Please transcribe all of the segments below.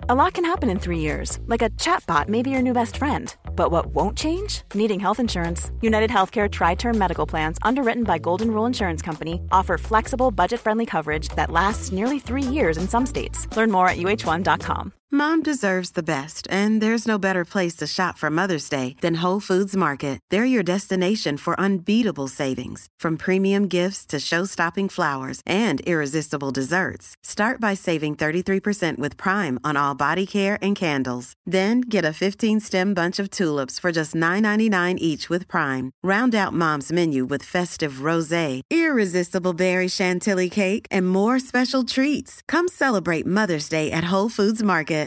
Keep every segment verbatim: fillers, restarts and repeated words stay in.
A lot can happen in three years, like a chatbot may be your new best friend. But what won't change? Needing health insurance. United Healthcare Tri-Term Medical Plans, underwritten by Golden Rule Insurance Company, offer flexible, budget-friendly coverage that lasts nearly three years in some states. Learn more at U H one dot com. Mom deserves the best, and there's no better place to shop for Mother's Day than Whole Foods Market. They're your destination for unbeatable savings, from premium gifts to show-stopping flowers and irresistible desserts. Start by saving thirty-three percent with Prime on all body care and candles. Then get a fifteen-stem bunch of tulips for just nine ninety-nine each with Prime. Round out Mom's menu with festive rosé, irresistible berry chantilly cake, and more special treats. Come celebrate Mother's Day at Whole Foods Market.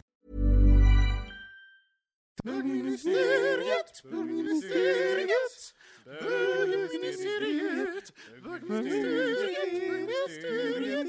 Bögministeriet, bögministeriet, bögministeriet, bögministeriet,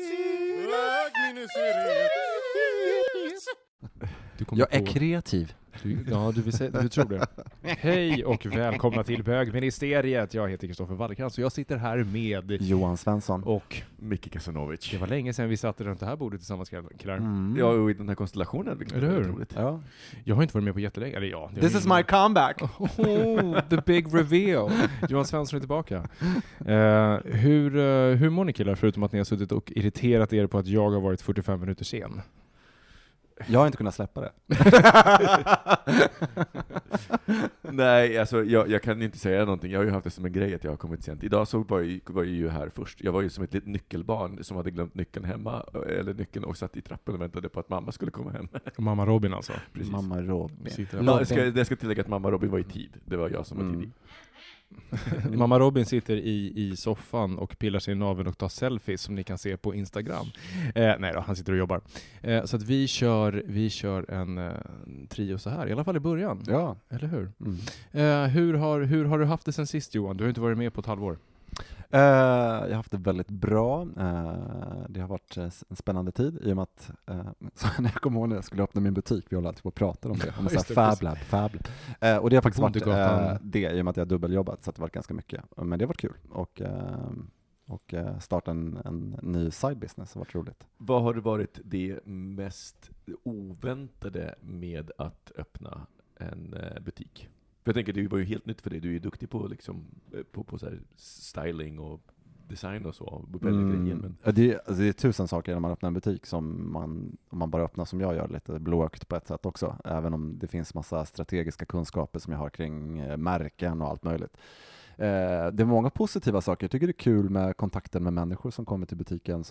bögministeriet. Jag är kreativ. Du, ja, du, vill säga, du tror det. Hej och välkomna till Bögministeriet. Jag heter Kristoffer Wallkrantz och jag sitter här med Johan Svensson och Micke Kasanovic. Det var länge sedan vi satt runt det här bordet tillsammans, killar. Mm. Ja, och i den här konstellationen. Eller hur? Ja. Jag har inte varit med på jättelänge. Eller ja, This is my comeback. Oh, the big reveal. Johan Svensson är tillbaka. Uh, hur, uh, hur mår ni, killar, förutom att ni har suttit och irriterat er på att jag har varit fyrtiofem minuter sen? Jag har inte kunnat släppa det. Nej, alltså jag, jag kan inte säga någonting. Jag har ju haft det som en grej att jag har kommit sent. Idag så var jag, var jag ju här först. Jag var ju som ett litet nyckelbarn som hade glömt nyckeln hemma, eller nyckeln, och satt i trappen och väntade på att mamma skulle komma hem. Mamma Robin alltså. Precis. Mamma Robin. Ja, jag, ska, jag ska tillägga att mamma Robin var i tid. Det var jag som var mm. tidig. Mamma Robin sitter i, i soffan och pillar sig i naveln och tar selfies som ni kan se på Instagram. Eh, nej då, han sitter och jobbar. Eh, så att vi kör, vi kör en eh, trio så här, i alla fall i början. Ja. Eller hur? Mm. Eh, hur, har, hur har du haft det sen sist, Johan? Du har inte varit med på ett halvår. Uh, jag har haft det väldigt bra. Uh, det har varit uh, en spännande tid i och med att uh, så när jag kom ihåg när jag skulle öppna min butik, vi håller alltid på att prata om det. Om så här Fab Lab, Fab Lab. Uh, och det har faktiskt varit uh, det i och med att jag har dubbeljobbat, så att det har varit ganska mycket. Men det har varit kul. Och, uh, och uh, starta en, en ny side business har varit roligt. Vad har det varit det mest oväntade med att öppna en uh, butik? För jag tänker, det var ju helt nytt för dig. Du är ju duktig på, liksom, på, på så här styling och design och så. Mm. Grejer, men... det, är, alltså det är tusen saker när man öppnar en butik som man, om man bara öppnar som jag gör, lite blåögt på ett sätt också. Även om det finns massa strategiska kunskaper som jag har kring eh, märken och allt möjligt. Eh, det är många positiva saker. Jag tycker det är kul med kontakten med människor som kommer till butiken,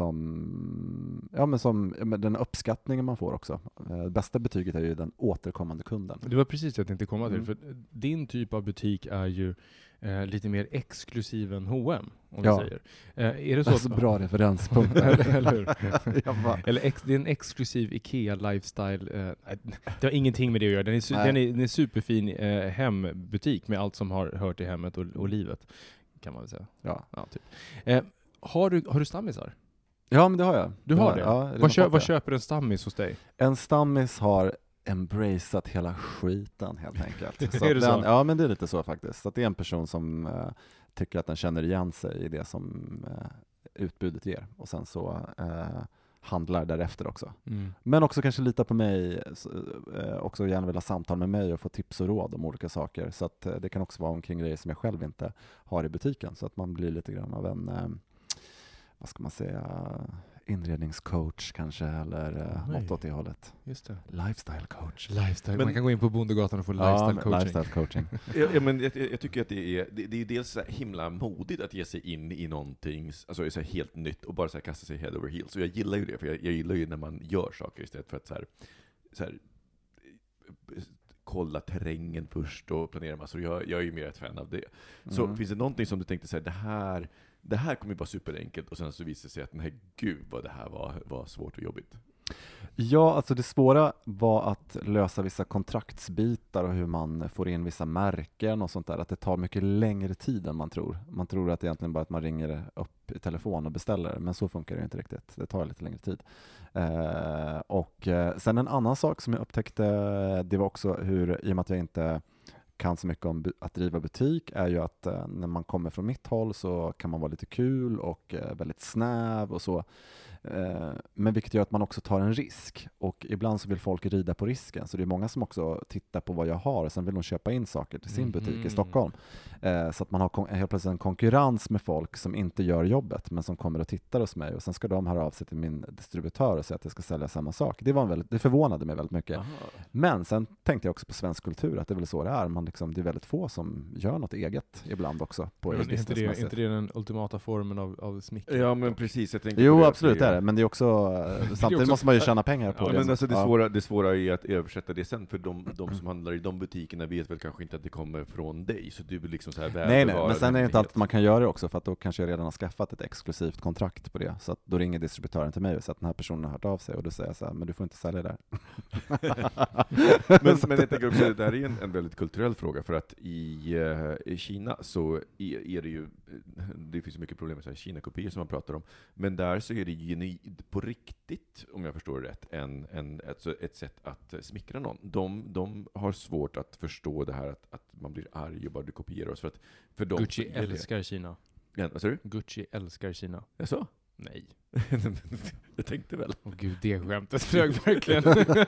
som, ja, men som ja, men den uppskattningen man får också. Eh, bästa betyget är ju den återkommande kunden. Det var precis det jag tänkte komma till. Mm. För din typ av butik är ju eh, lite mer exklusiv än H och M, om ja. vi säger. Eh, är det så? Alltså, bra referenspunkt. Eller hur? bara... Eller ex, det är en exklusiv Ikea lifestyle. Eh, det har ingenting med det att göra. Den är, su- den är, den är superfin eh, hembutik med allt som har hört till hemmet och, och livet, kan man väl säga. Ja. Ja, typ. eh, har, du, har du stammisar? Ja, men det har jag. Du det har har det? Ja, vad, kö- vad köper en stammis hos dig? En stammis har embraceat hela skiten helt enkelt. Så är det den, så? Ja, men det är lite så faktiskt. Så att det är en person som uh, tycker att den känner igen sig i det som uh, utbudet ger. Och sen så uh, handlar därefter också. Mm. Men också kanske lita på mig, så, uh, också gärna vilja samtala med mig och få tips och råd om olika saker. Så att uh, det kan också vara omkring grejer som jag själv inte har i butiken. Så att man blir lite grann av en, uh, vad ska man säga, inredningscoach kanske, eller uh, något åt det hållet. Just det. Lifestyle coach. Lifestyle. Men, man kan gå in på Bondegatan och få ja, lifestyle coaching. Lifestyle coaching. ja, ja, men jag, jag tycker att det är, det, det är dels så himla modigt att ge sig in i någonting, alltså så helt nytt, och bara så här kasta sig head over heels. Så jag gillar ju det, för jag, jag gillar ju när man gör saker istället för att så här, så här kolla terrängen först och planera massor. Jag, jag är ju mer ett fan av det. Så mm. finns det någonting som du tänkte så här, det här det här kommer ju vara superenkelt, och sen så visar det sig att nej, gud vad det här var, var svårt och jobbigt. Ja, alltså det svåra var att lösa vissa kontraktsbitar och hur man får in vissa märken och sånt där. Att det tar mycket längre tid än man tror. Man tror att det egentligen bara att man ringer upp i telefon och beställer, men så funkar det inte riktigt. Det tar lite längre tid. Eh, och eh, sen en annan sak som jag upptäckte, det var också hur, i och med att jag inte kan så mycket om att driva butik, är ju att eh, när man kommer från mitt håll så kan man vara lite kul och eh, väldigt snäv och så. Eh, men vilket gör att man också tar en risk. Och ibland så vill folk rida på risken. Så det är många som också tittar på vad jag har och sen vill de köpa in saker till sin butik mm. i Stockholm. Eh, så att man har kon- helt plötsligt en konkurrens med folk som inte gör jobbet men som kommer och tittar hos mig. Och sen ska de höra av sig till min distributör och säga att jag ska sälja samma sak. Det, var en väldigt, det förvånade mig väldigt mycket. Aha. Men sen tänkte jag också på svensk kultur att det är väl så det är. Man liksom, det är väldigt få som gör något eget ibland också. På men är inte det, inte det den ultimata formen av, av smicker? Ja, men precis. Jag tänker jo, det, absolut det är det. Men det är också, samtidigt måste man ju tjäna pengar på ja, det. Men alltså det, ja. svåra, det svåra är att översätta det sen, för de, de som handlar i de butikerna vet väl kanske inte att det kommer från dig. Så du vill liksom så här nej, nej, men sen är det inte alltid att man kan göra det också, för att då kanske jag redan har skaffat ett exklusivt kontrakt på det. Så att då ringer distributören till mig och säger att den här personen har hört av sig och då säger jag så här, men du får inte sälja där. men, men jag tänker också att det här är en, en väldigt kulturell fråga, för att i, uh, i Kina så är, är det ju, det finns mycket problem med så här Kina-kopior som man pratar om, men där så är det ju på riktigt, om jag förstår det rätt, en, en, ett, ett sätt att smickra någon. De, de har svårt att förstå det här att, att man blir arg och bara du kopierar oss. För att, för de Gucci älskar det. Kina. Ja, vad säger du? Gucci älskar Kina. Jag så? Nej. Jag tänkte väl. Åh gud, det skämtet flög verkligen.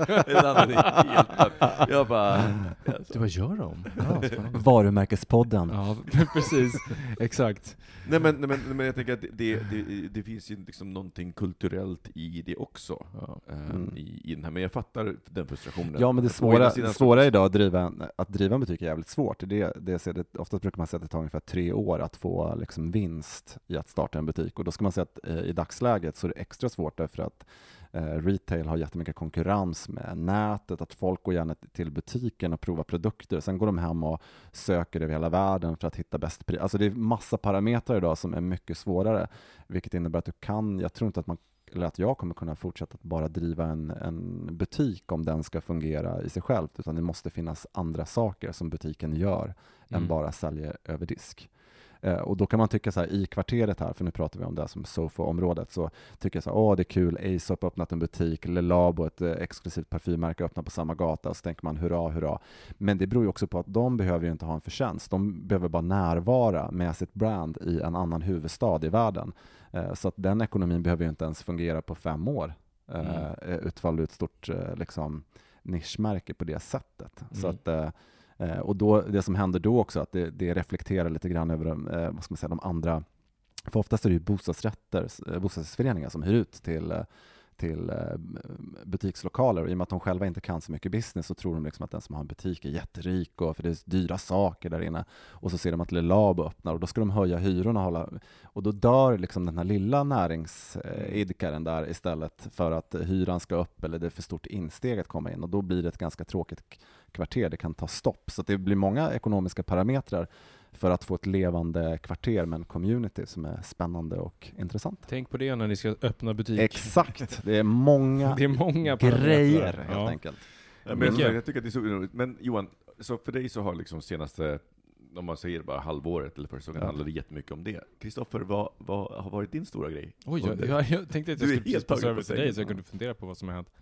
Jag bara... Du, vad gör de? Ja, Varumärkespodden. Ja, precis. Exakt. Nej, men, nej, men, men jag tänker att det, det, det finns ju liksom någonting kulturellt i det också. Ja. Mm. I, i den här. Men jag fattar den frustrationen. Ja, men det svåra, svåra idag att driva, en, att driva en butik är jävligt svårt. Det, det, det, oftast brukar man säga att det tar ungefär tre år att få liksom, vinst i att starta en butik. Och då ska man säga att eh, i dagsläget så är det extra svårt därför att eh, retail har jättemycket konkurrens med nätet, att folk går gärna till butiken och provar produkter. Sen går de hem och söker över hela världen för att hitta bäst pris. Alltså det är massa parametrar idag som är mycket svårare, vilket innebär att du kan, jag tror inte att man eller att jag kommer kunna fortsätta att bara driva en, en butik om den ska fungera i sig själv, utan det måste finnas andra saker som butiken gör mm. än bara sälja över disk. Eh, och då kan man tycka så här, i kvarteret här, för nu pratar vi om det som Sofo-området, så tycker jag så här, åh det är kul, Aesop har öppnat en butik, Le Labo, ett eh, exklusivt parfymmärke, öppnar på samma gata, och så tänker man hurra, hurra. Men det beror ju också på att de behöver ju inte ha en förtjänst, de behöver bara närvara med sitt brand i en annan huvudstad i världen. Eh, så att den ekonomin behöver ju inte ens fungera på fem år, eh, mm. utfall ut ett stort eh, liksom, nischmärke på det sättet. Mm. Så att eh, och då, det som händer då också, att det, det reflekterar lite grann över eh, vad ska man säga, de andra, för oftast är det ju bostadsrätter, bostadsrättsföreningar som hyr ut till, till butikslokaler, och i och med att de själva inte kan så mycket business så tror de liksom att den som har en butik är jätterik, och för det är dyra saker där inne, och så ser de att Le Labo öppnar och då ska de höja hyrorna och, hålla, och då dör liksom den här lilla näringsidkaren där istället för att hyran ska upp eller det är för stort insteg att komma in, och då blir det ett ganska tråkigt kvarter, det kan ta stopp. Så det blir många ekonomiska parametrar för att få ett levande kvarter med en community som är spännande och intressant. Tänk på det när ni ska öppna butik. Exakt, det är många, det är många grejer helt ja. enkelt. Ja, men jag, jag tycker att det är så roligt. Men Johan, så för dig så har liksom senaste, om man säger bara halvåret eller första gången, ja. handlar det jättemycket om det. Kristoffer, vad, vad har varit din stora grej? Oj, jag, jag, jag tänkte att jag skulle helt passa över till dig så jag kunde fundera på vad som har hänt.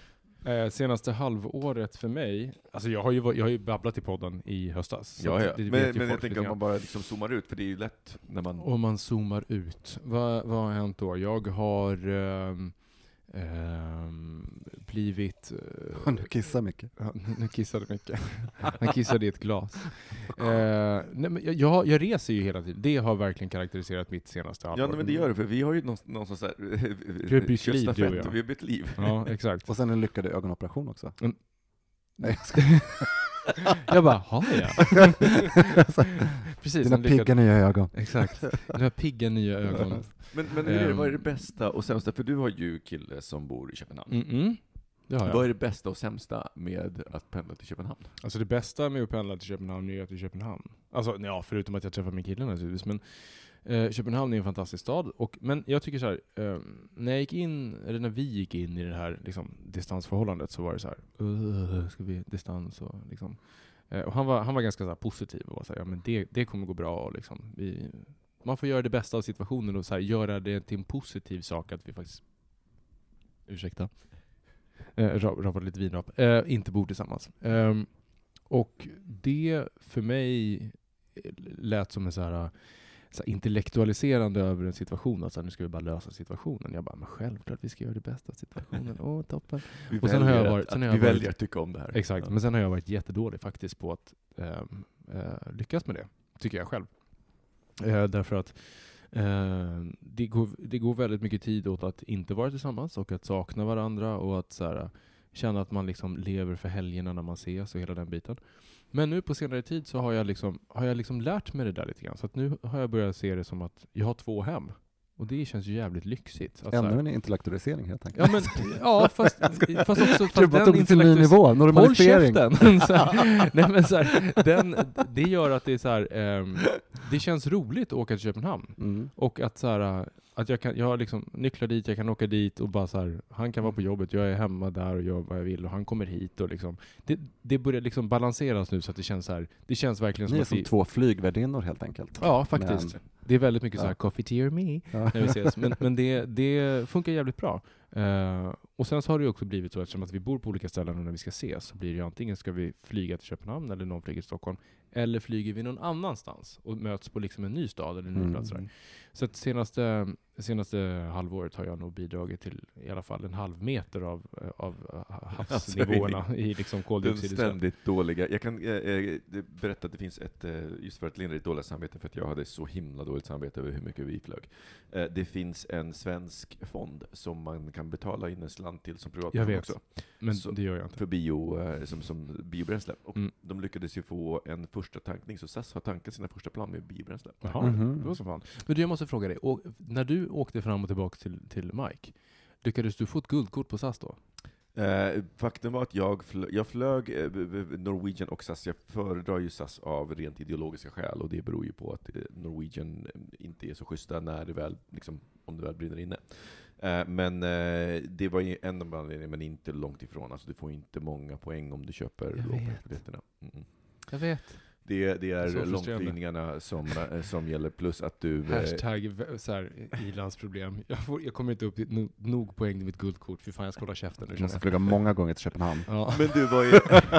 Eh, senaste halvåret för mig, alltså jag har ju, jag har ju babblat i podden i höstas. Ja, ja. Det, det men men jag tänker om man bara liksom zoomar ut, för det är ju lätt när man... Om man zoomar ut, vad, vad har hänt då? Jag har um, um, blivit... Uh, nu kissar mycket. Ja, nu kissade mycket. Han kissade i ett glas. Uh, nej, men jag, jag reser ju hela tiden. Det har verkligen karaktäriserat mitt senaste halvår. Ja, men det gör det, för vi har ju någon, någon sån sån här... Vi har bytt liv, du och jag. Vi har bytt liv. Ja, exakt. Och sen en lyckad ögonoperation också. Mm. Nej, jag, ska... jag bara, har jag? Precis. Dina lyckad... pigga nya ögon. Exakt. Dina pigga nya ögon. Men, men är det, vad är det bästa och sämsta? För du har ju kille som bor i Köpenhamn. Mm-mm. Det har jag. Vad är det bästa och sämsta med att pendla till Köpenhamn? Alltså det bästa med att pendla till Köpenhamn är att till Köpenhamn. Alltså, ja, förutom att jag träffar min kille naturligtvis. Men eh, Köpenhamn är en fantastisk stad. Och, men jag tycker så här, eh, när jag gick in, eller när vi gick in i det här liksom, distansförhållandet, så var det så här, uh, ska vi distans och liksom. Eh, och han var, han var ganska så här, positiv och var så här, ja men det, det kommer gå bra och liksom, vi, man får göra det bästa av situationen och så här, göra det till en positiv sak att vi faktiskt, ursäkta, eh, rappade lite vinrap, eh, inte bor tillsammans. Eh, och det för mig lät som en så här så här, intellektualiserande över en situation. Alltså, nu ska vi bara lösa situationen. Jag bara, men självklart vi ska göra det bästa av situationen. Åh, toppen. Vi Och sen har jag varit, sen har jag vi varit, väljer att tycka om det här. Exakt, Ja. men sen har jag varit jättedålig faktiskt på att äh, äh, lyckas med det. Tycker jag själv. Äh, därför att äh, det, går, det går väldigt mycket tid åt att inte vara tillsammans och att sakna varandra och att så här, känna att man liksom lever för helgerna när man ses och hela den biten. Men nu på senare tid så har jag liksom, har jag liksom lärt mig det där lite grann. Så att nu har jag börjat se det som att jag har två hem. Och det känns ju jävligt lyxigt. Att Ännu så här, en intellektualisering helt enkelt. ja, men, ja, fast, fast också... Fast Du bara tog det till ny nivå, Håll normalisering. käften! Så här, nej, men så här, den, det gör att det är så här, ehm, det känns roligt att åka till Köpenhamn. Mm. Och att så här, att jag kan, jag har liksom nycklar dit, jag kan åka dit och bara så här, han kan vara på jobbet, jag är hemma där och gör vad jag vill och han kommer hit och liksom, det, det börjar liksom balanseras nu så att det känns så här, det känns verkligen Ni som är att som vi, två flygvärdinnor helt enkelt. ja, faktiskt. Men- Det är väldigt mycket så här Ja. coffee tea or me Ja. när vi ses. Men, men det, det funkar jävligt bra. Uh, och sen så har det ju också blivit så, eftersom att vi bor på olika ställen och när vi ska ses så blir det ju antingen ska vi flyga till Köpenhamn eller någon flyger till Stockholm, eller flyger vi någon annanstans och möts på liksom en ny stad eller en ny Mm. plats. Där. Så att senaste, senaste halvåret har jag nog bidragit till i alla fall en halv meter av, av havsnivåerna i liksom Den koldioxidutsläpp. ständigt dåliga. Jag kan eh, eh, berätta att det finns ett, eh, just för att lindra ett dåligt samvete, för att jag hade så himla dåligt samvete över hur mycket vi flög. Eh, det finns en svensk fond som man kan betala in en slant till som privatperson Jag vet, också. men Så- det gör jag inte. För bio, eh, som, som biobränsle. Och Mm. de lyckades ju få en första tankning, så S A S har tankat sina första plan med biobränsle. Jaha, Mhm. det var så fan. Men du, jag måste fråga dig, och när du åkte fram och tillbaka till, till Mike, lyckades du få ett guldkort på S A S då? Eh, faktum var att jag, flö- jag flög eh, b- b- Norwegian och S A S. Jag föredrar ju S A S av rent ideologiska skäl, och det beror ju på att eh, Norwegian eh, inte är så schyssta när det väl, liksom, om det väl brinner inne. Eh, men eh, det var ju en av anledningarna, men inte långt ifrån. Alltså, du får inte många poäng om du köper Jag vet. lågprisbiljetterna. Mm. Jag vet. Det, det är Så frustrerande. långflygningarna som, eh, som gäller, plus att du... eh, Hashtag v- så här, i-landsproblem. Jag, får, jag kommer inte upp till no, nog poäng till mitt guldkort. Fy fan, jag ska hålla käften nu. Du känner måste jag. flyga många gånger till Köpenhamn. Ja. Men du, vad är,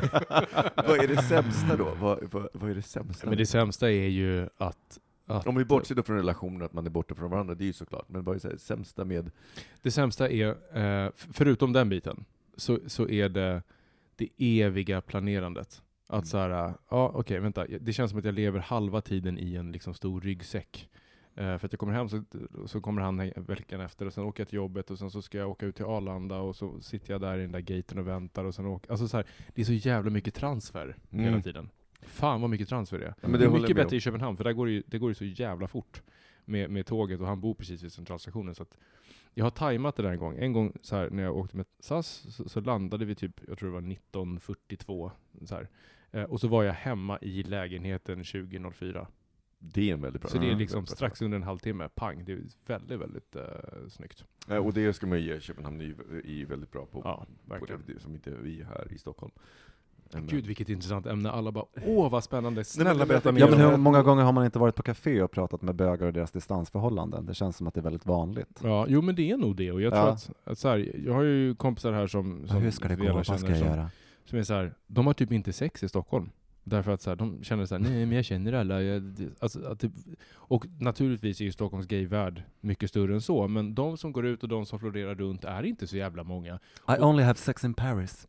vad är det sämsta då? Vad, vad, vad är det sämsta? Men det sämsta är ju att... att Om vi bortser då från relationer, att man är borta från varandra, det är ju såklart. Men vad är det sämsta med... Det sämsta är, eh, f- förutom den biten, så, så är det det eviga planerandet. Att Mm. så här, ja okej, vänta. Det känns som att jag lever halva tiden i en liksom stor ryggsäck. Eh, för att jag kommer hem så, så kommer han he- veckan efter och sen åker jag till jobbet och sen så ska jag åka ut till Arlanda och så sitter jag där i den där gaten och väntar och sen åker, alltså så här, det är så jävla mycket transfer Mm. hela tiden. Fan vad mycket transfer det är. Ja, men det det är håller jag mycket med bättre om. i Köpenhamn för där går det ju, det går ju så jävla fort med, med tåget och han bor precis vid centralstationen så att jag har tajmat det där en gång. En gång så här, när jag åkte med S A S så, så landade vi typ, jag tror det var nitton fyrtiotvå så här. Eh, och så var jag hemma i lägenheten tjugo noll fyra. Det är en väldigt bra. Så det är Ja. liksom strax under en halvtimme, pang. Det är väldigt, väldigt uh, snyggt. Ja, och det ska man ju ge. Köpenhamn är ju, är ju väldigt bra på, Ja, på verkligen. det, som inte vi här i Stockholm. Men- Gud vilket intressant ämne. Alla bara, åh vad spännande. men Snälla jag berätta vet- mer. Ja, om men det. hur många gånger har man inte varit på café och pratat med bögar och deras distansförhållanden? Det känns som att det är väldigt vanligt. Ja, jo men det är nog det. Och jag tror Ja. att, att så här, jag har ju kompisar här som, Ja, som hur ska det vi gå? alla Vad ska känner jag som, göra? som är så här, de har typ inte sex i Stockholm. Därför att så här, de känner så här, nej men jag känner alla. Jag, det- alltså, att typ, och naturligtvis är ju Stockholms gayvärld mycket större än så. Men de som går ut och de som florerar runt är inte så jävla många. I only have sex in Paris.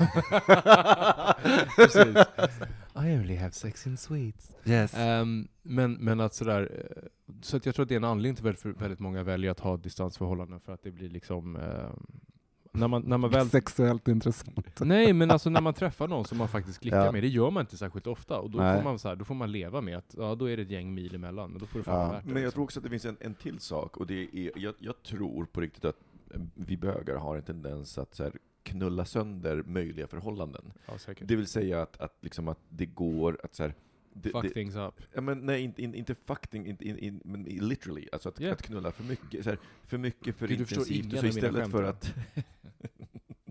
Precis. I only have sex in Swedes. Yes. Um, men, men att sådär, eh, så att jag tror att det är en anledning till varför väldigt många väljer att ha distansförhållanden för att det blir liksom, ehm, när man, när man väl... Sexuellt intressant. Nej, men alltså när man träffar någon som man faktiskt klickar Ja. med, det gör man inte särskilt ofta. Och då Nej. får man så här, då får man leva med att, ja då är det ett gäng mil emellan, men då får det fan Ja. vara värt det. Men jag liksom. tror också att det finns en, en till sak, och det är, jag, jag tror på riktigt att eh, vi bögar har en tendens att så här, knulla sönder möjliga förhållanden. Ja, säkert. Det vill säga att, att, liksom att det går att så här, det, Fuck det, things up. ja, men nej, inte, inte, inte fucking, inte, in, in, men literally, alltså att, Yeah. att knulla för mycket, så här, för mycket, för Gud, du förstår intensivt, ingen och så av mina istället skämt, för va? att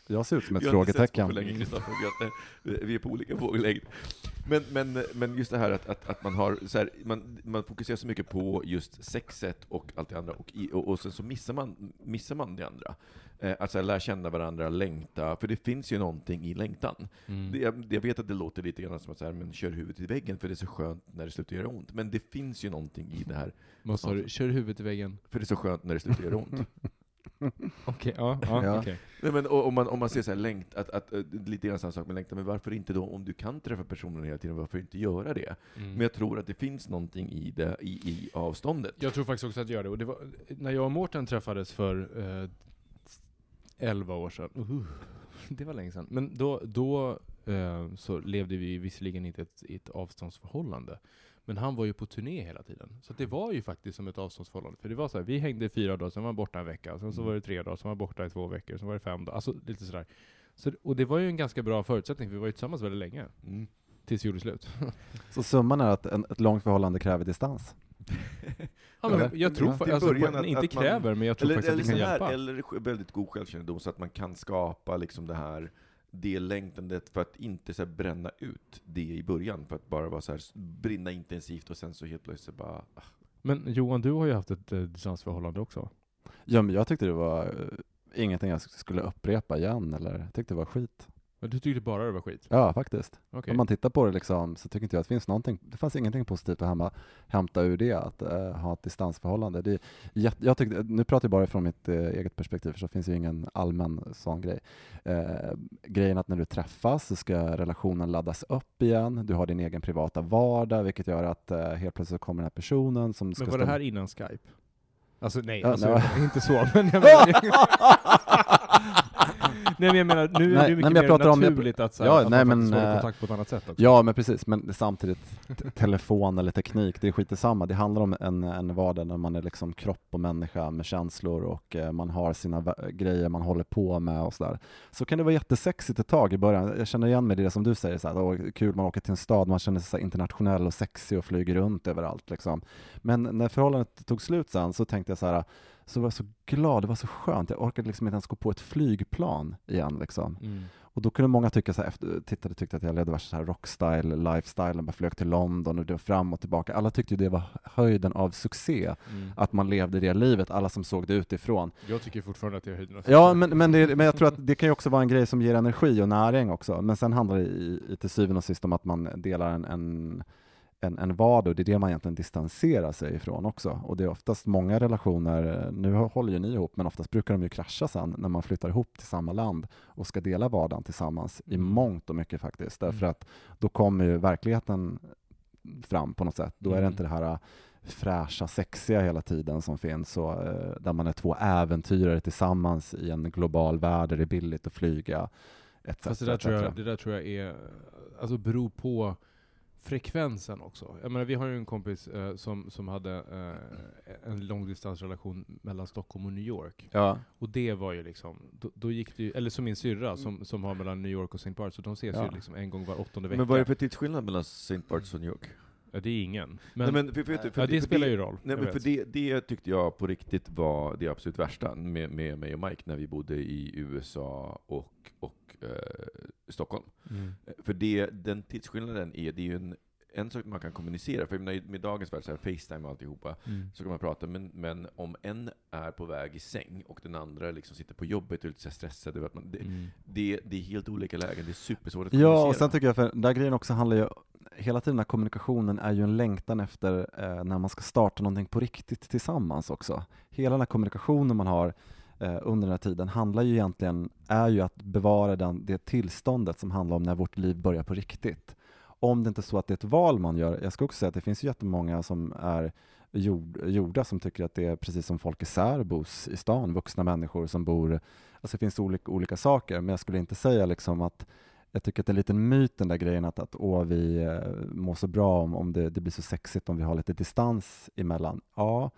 Jag ser ut som ett Vi har inte setts frågetecken. på för länge, Kristoffer, vi, har inte- vi är på olika våglängd. Men, men, men just det här att, att, att man har så här, man, man fokuserar så mycket på just sexet och allt det andra, och, i, och, och sen så missar man, missar man det andra. Eh, att så här, lära känna varandra, längta, för det finns ju någonting i längtan. Mm. Det, jag, jag vet att det låter lite grann som att så här, men kör huvudet i väggen för det är så skönt när det slutar göra ont. Men det finns ju någonting i det här, Vad sa du? Kör huvudet i väggen? för det är så skönt när det slutar göra ont. Okej, ja, ja, Ja. okej. Nej, men och, om, man, om man ser så här längt, att, att, att, lite grann samma sak med längtan, men varför inte då, om du kan träffa personen hela tiden, varför inte göra det? Mm. Men jag tror att det finns någonting i det, i, i avståndet. Jag tror faktiskt också att jag gör det. Och det var, när jag och Mårten träffades för eh, elva år sedan. Uh, det var länge sedan. Men då, då eh, så levde vi visserligen inte ett, i ett avståndsförhållande. Men han var ju på turné hela tiden. Så att det var ju faktiskt som ett avståndsförhållande. För det var så här, vi hängde fyra dagar, sen var han borta en vecka. Sen så var det tre dagar, sen var han borta i två veckor. Sen var det fem dagar. Alltså lite sådär. Så, och det var ju en ganska bra förutsättning, för vi var ju tillsammans väldigt länge. Mm. Tills det gjorde slut. Så summan är att en, ett långt förhållande kräver distans. Ja, men Eller? jag tror Ja. fa- Till alltså, början att- inte att man- kräver, men jag tror Eller, faktiskt eller, att det kan så här, hjälpa. eller sj- väldigt god självkännedom, så att man kan skapa liksom det här, det längtandet, för att inte så här bränna ut det i början, för att bara vara så här, brinna intensivt och sen så helt plötsligt bara... ah. Men Johan, du har ju haft ett eh, distansförhållande också. Ja, men jag tyckte det var eh, ingenting jag skulle upprepa igen, eller tyckte det var skit. Men du tyckte bara det var skit? Ja, faktiskt. Okej. Om man tittar på det liksom, så tycker inte jag att det finns någonting, det fanns ingenting positivt att hämta, hämta ur det, att uh, ha ett distansförhållande. Det är jätte, jag tyckte, nu pratar jag bara från mitt uh, eget perspektiv, för så finns ju ingen allmän sån grej. Uh, grejen att när du träffas så ska relationen laddas upp igen, du har din egen privata vardag, vilket gör att uh, helt plötsligt kommer den här personen som du ska Men var det stå- här innan Skype? Alltså nej, Ja, alltså, nej. inte så, men jag menar... nej, men jag menar, nu är Nej, det nej, mycket men jag mer pratar om- naturligt att, så här, Ja, att nej, man men, faktiskt håller eh, kontakt på ett annat sätt också. Ja, men precis. Men samtidigt, t- telefon eller teknik, det är skit detsamma. Det handlar om en, en vardag när man är liksom kropp och människa med känslor, och eh, man har sina vä- grejer man håller på med och sådär. Så kan det vara jättesexigt ett tag i början. Jag känner igen mig i det som du säger, så här, åh, kul, man åker till en stad, man känner sig så här internationell och sexig och flyger runt överallt liksom. Men när förhållandet tog slut sen så tänkte jag så här, så var jag så glad, det var så skönt. Jag orkade liksom inte ens gå på ett flygplan igen liksom. Mm. Och då kunde många tycka så här, efter, tittade tyckte att jag levde värsta så här rockstyle, lifestyle, bara flög till London och det var fram och tillbaka. Alla tyckte ju det var höjden av succé, Mm. att man levde det livet, alla som såg det utifrån. Jag tycker fortfarande att det är höjden av Ja, succé. men, men, det, men jag tror att det kan ju också vara en grej som ger energi och näring också. Men sen handlar det i, i till syvende och sist om att man delar en, en En, en vardag, och det är det man egentligen distanserar sig ifrån också. Och det är oftast många relationer, nu håller ju ni ihop, men oftast brukar de ju krascha sen när man flyttar ihop till samma land och ska dela vardagen tillsammans i Mm. mångt och mycket faktiskt. Därför Mm. att då kommer ju verkligheten fram på något sätt. Då är det Mm. inte det här fräscha, sexiga hela tiden som finns, och, eh, där man är två äventyrare tillsammans i en global värld där det är billigt att flyga. et cetera, Fast det där, et tror cetera. jag, det där tror jag är, alltså beror på frekvensen också. Jag menar, vi har ju en kompis eh, som, som hade eh, en långdistansrelation mellan Stockholm och New York. Ja. Och det var ju liksom, då, då gick det ju, eller som min syrra som, som har mellan New York och Saint Barts, så de ses Ja. ju liksom en gång var åttonde vecka. Men vad är det för tidsskillnad mellan Saint Barts och New York? Ja, det är ingen. Nej, Men, men för, för, för, ja, det för spelar ju roll. Nej, jag men för vet. det, det tyckte jag på riktigt var det absolut värsta med, med mig och Mike när vi bodde i U S A och, och eh, Stockholm. Mm. För det, den tidsskillnaden är, det är ju en, en sak man kan kommunicera, för med, med dagens värld, så här, FaceTime och alltihopa, Mm. så kan man prata, men, men om en är på väg i säng och den andra liksom sitter på jobbet och är lite så här stressad, över att man, det, Mm. det, det är helt olika lägen, det är supersvårt att Ja, kommunicera. och sen tycker jag, för den där grejen också handlar ju, hela tiden den här kommunikationen är ju en längtan efter eh, när man ska starta någonting på riktigt tillsammans också. Hela den här kommunikationen man har eh, under den här tiden handlar ju egentligen, är ju att bevara den, det tillståndet som handlar om när vårt liv börjar på riktigt. Om det inte är så att det är ett val man gör, jag ska också säga att det finns ju jättemånga som är jord, jorda som tycker att det är precis som folk i Särbos i stan, vuxna människor som bor, alltså det finns olika, olika saker, men jag skulle inte säga liksom att jag tycker att det är en liten myt den där grejen att, att åh, vi eh, mår så bra om, om det, det blir så sexigt om vi har lite distans emellan. Ja,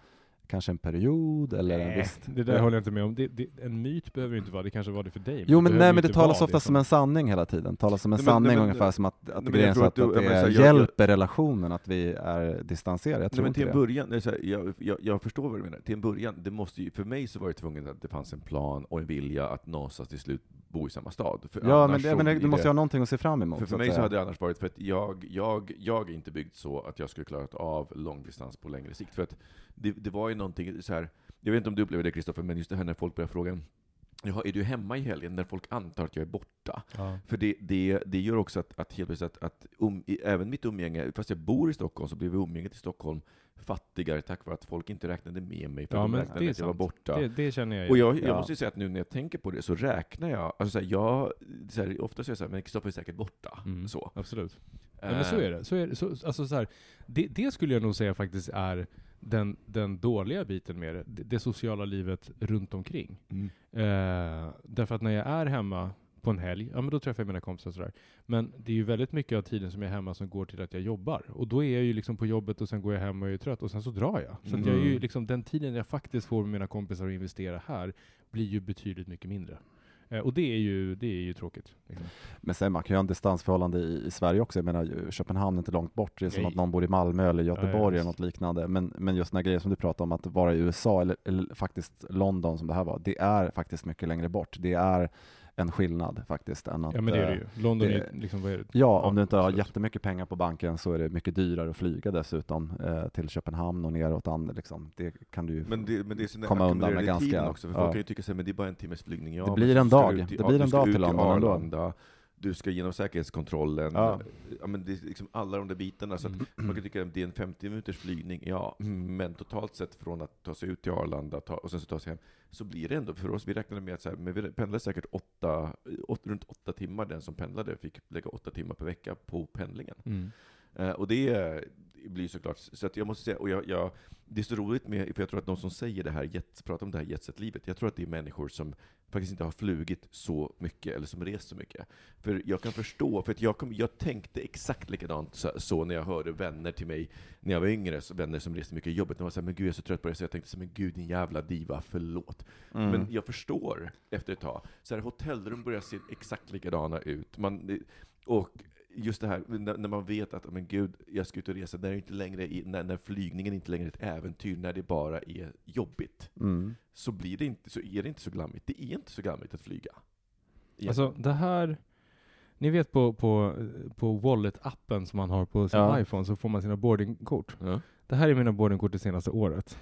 kanske en period eller en viss... det där håller jag inte med om. Det, det, en myt behöver ju inte vara, det kanske var det för dig. Jo, men, det nej, men det talas ofta ofta som en sanning hela tiden. Det talas som en Nej, men- sanning nej, men- ungefär som att, att nej, men grejen jag så tror att, att att du- det ja, men så här, är, jag- hjälper relationen att vi är distanserade. Jag Nej, tror men inte till en det. början, det är så här, jag, jag, jag förstår vad du menar. Till en början, det måste ju, för mig så var det tvunget att det fanns en plan och en vilja att någonstans till slut bo i samma stad. För Ja, annars men, det, så men det, blir du måste det- ju ha någonting att se fram emot. För, för så mig att så säga. hade det annars varit för att jag, jag, jag är inte byggd så att jag skulle klarat av långdistans på längre sikt. För att det, det var ju någonting så här, jag vet inte om du upplever det, Kristoffer, men just det här när folk börjar fråga, jaha, är du hemma i helgen? När folk antar att jag är borta. Ja. För det, det, det gör också att, att helt plötsligt att, att um, i, även mitt umgänge, fast jag bor i Stockholm, så blev umgänget i Stockholm fattigare tack vare att folk inte räknade med mig, för Ja, de men räknade det är att jag var sant. borta. Det, det känner jag ju. Och jag, jag Ja. måste ju säga att nu när jag tänker på det så räknar jag, alltså så här, jag, så här, ofta så är jag så här, men Kristoffer är säkert borta. Mm, Så. Absolut. Ja, men så är det. Så är det. Så, alltså så här, det. Det skulle jag nog säga faktiskt är den, den dåliga biten med det. Det, det sociala livet runt omkring. Mm. Eh, därför att när jag är hemma på en helg, ja men då träffar jag mina kompisar och sådär. Men det är ju väldigt mycket av tiden som jag är hemma som går till att jag jobbar. Och då är jag ju liksom på jobbet och sen går jag hem och är trött och sen så drar jag. Så att jag är ju Mm. liksom, den tiden jag faktiskt får med mina kompisar att investera här blir ju betydligt mycket mindre. Eh, och det är ju, det är ju tråkigt. Liksom. Men sen man kan ju ha en distansförhållande i, i Sverige också. Jag menar, ju- Köpenhamn är inte långt bort. Det är som Nej. att någon bor i Malmö eller Göteborg Ja, ja, eller visst. något liknande. Men, men just den här grejen som du pratar om, att vara i U S A eller, eller faktiskt London som det här var, det är faktiskt mycket längre bort. Det är en skillnad faktiskt. Än att, Ja men det är det eh, ju. London det- är ju liksom, vad är det? Ja, om du inte har absolut. jättemycket pengar på banken så är det mycket dyrare att flyga dessutom eh, till Köpenhamn och neråt. And, liksom. Det kan du ju Men det, men det är så den komma undan med ackumulerade tiden ganska... också, för ja. folk kan ju tycka sig, men det är bara en timmes flygning. Ja, Det men blir så en ska dag. du ut i- Det ja, blir du en ska dag ut till i London ändå. Arlanda, du ska genom säkerhetskontrollen. Ja. Ja, men det är liksom alla de där bitarna, så att man kan tycka att det är en femtio minuters flygning, ja, men totalt sett från att ta sig ut till Arlanda ta, och sen så ta sig hem, så blir det ändå för oss, vi räknade med att så här, men vi pendlade säkert åtta, åt, runt åtta timmar, den som pendlade fick lägga åtta timmar per vecka på pendlingen. Mm. Eh, och det blir såklart, så att jag måste säga, och jag, jag, det är så roligt med, för jag tror att de som säger det här, jet, pratar om det här jetset-livet, jag tror att det är människor som faktiskt inte har flugit så mycket, eller som rest så mycket. För jag kan förstå, för att jag, kom, jag tänkte exakt likadant så, så när jag hörde vänner till mig, när jag var yngre, så vänner som reste mycket i jobbet, de var så här, men gud jag är så trött på det, så jag tänkte så här, men gud din jävla diva, förlåt. Mm. Men jag förstår efter ett tag, så här, hotellrum börjar se exakt likadana ut. Man, och just det här, när, när man vet att men gud, jag ska ut och resa, när, det inte längre är, när, när flygningen inte längre är ett äventyr, när det bara är jobbigt, Mm. så, blir det inte, så är det inte så glammigt. Det är inte så glammigt att flyga. Igen. Alltså det här, ni vet på, på, på Wallet-appen som man har på sin Ja. iPhone så får man sina boardingkort. Ja. Det här är mina boardingkort det senaste året.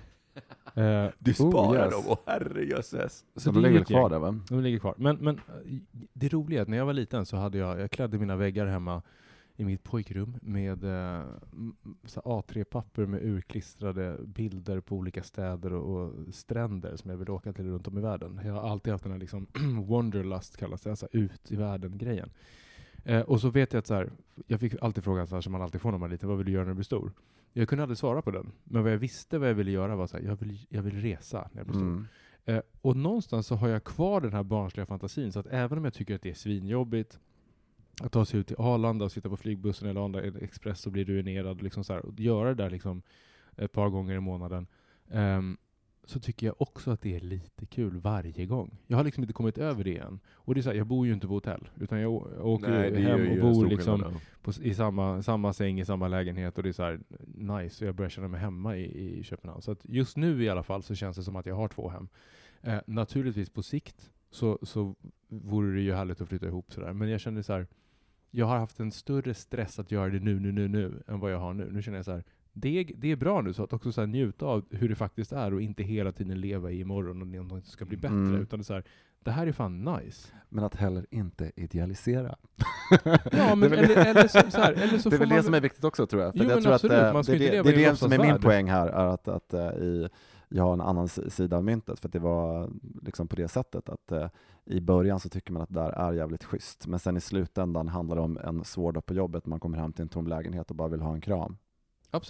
Eh, Du sparar yes. dem, åh herrejösses. så Så det de är ligger ett kvar gäng. där va? De ligger kvar. Men, men eh, det roliga är att när jag var liten så hade jag, jag klädde mina väggar hemma i mitt pojkrum med eh, m- så A tre-papper med urklistrade bilder på olika städer och, och stränder som jag vill åka till runt om i världen. Jag har alltid haft den här liksom wanderlust kallas det, alltså ut i världen-grejen. Eh, och så vet jag att så här, jag fick alltid frågan så här, som man alltid får när man är liten, vad vill du göra när du blir stor? Jag kunde aldrig svara på den. Men vad jag visste vad jag ville göra var så här, jag vill, jag vill resa när jag blir stor. Mm. Eh, och någonstans så har jag kvar den här barnsliga fantasin, så att även om jag tycker att det är svinjobbigt att ta sig ut till Arlanda och sitta på flygbussen eller Arlanda Express och bli ruinerad liksom så här, och göra det där liksom ett par gånger i månaden, ehm, så tycker jag också att det är lite kul varje gång. Jag har liksom inte kommit över det än. Och det är så här, jag bor ju inte på hotell, utan jag, å- jag åker Nej, det hem gör ju och en bor stor liksom skillnad, ja. på, i samma, samma säng, i samma lägenhet, och det är så här nice, och jag börjar känna mig hemma i, i Köpenhamn. Så att just nu i alla fall så känns det som att jag har två hem. Eh, naturligtvis på sikt så, så vore det ju härligt att flytta ihop sådär. Men jag känner så här, jag har haft en större stress att göra det nu, nu, nu, nu än vad jag har nu. Nu känner jag så här, det är, det är bra nu, så att också så här njuta av hur det faktiskt är och inte hela tiden leva i imorgon och något ska bli bättre. Mm. Utan det är så här, det här är fan nice. Men att heller inte idealisera. Ja, men Det är väl- eller, eller så, så här, eller så det är får väl man det som är viktigt också, tror jag. För Jo, jag men tror absolut. att, eh, Man ska det, inte det, leva det i är en det som är min låtsasvärld. poäng här, är att, att eh, i, jag har en annan s- sida av myntet, för att det var liksom på det sättet att eh, i början så tycker man att det där är jävligt schysst, men sen i slutändan handlar det om en svår dag på jobbet, man kommer hem till en tom lägenhet och bara vill ha en kram. Absolut.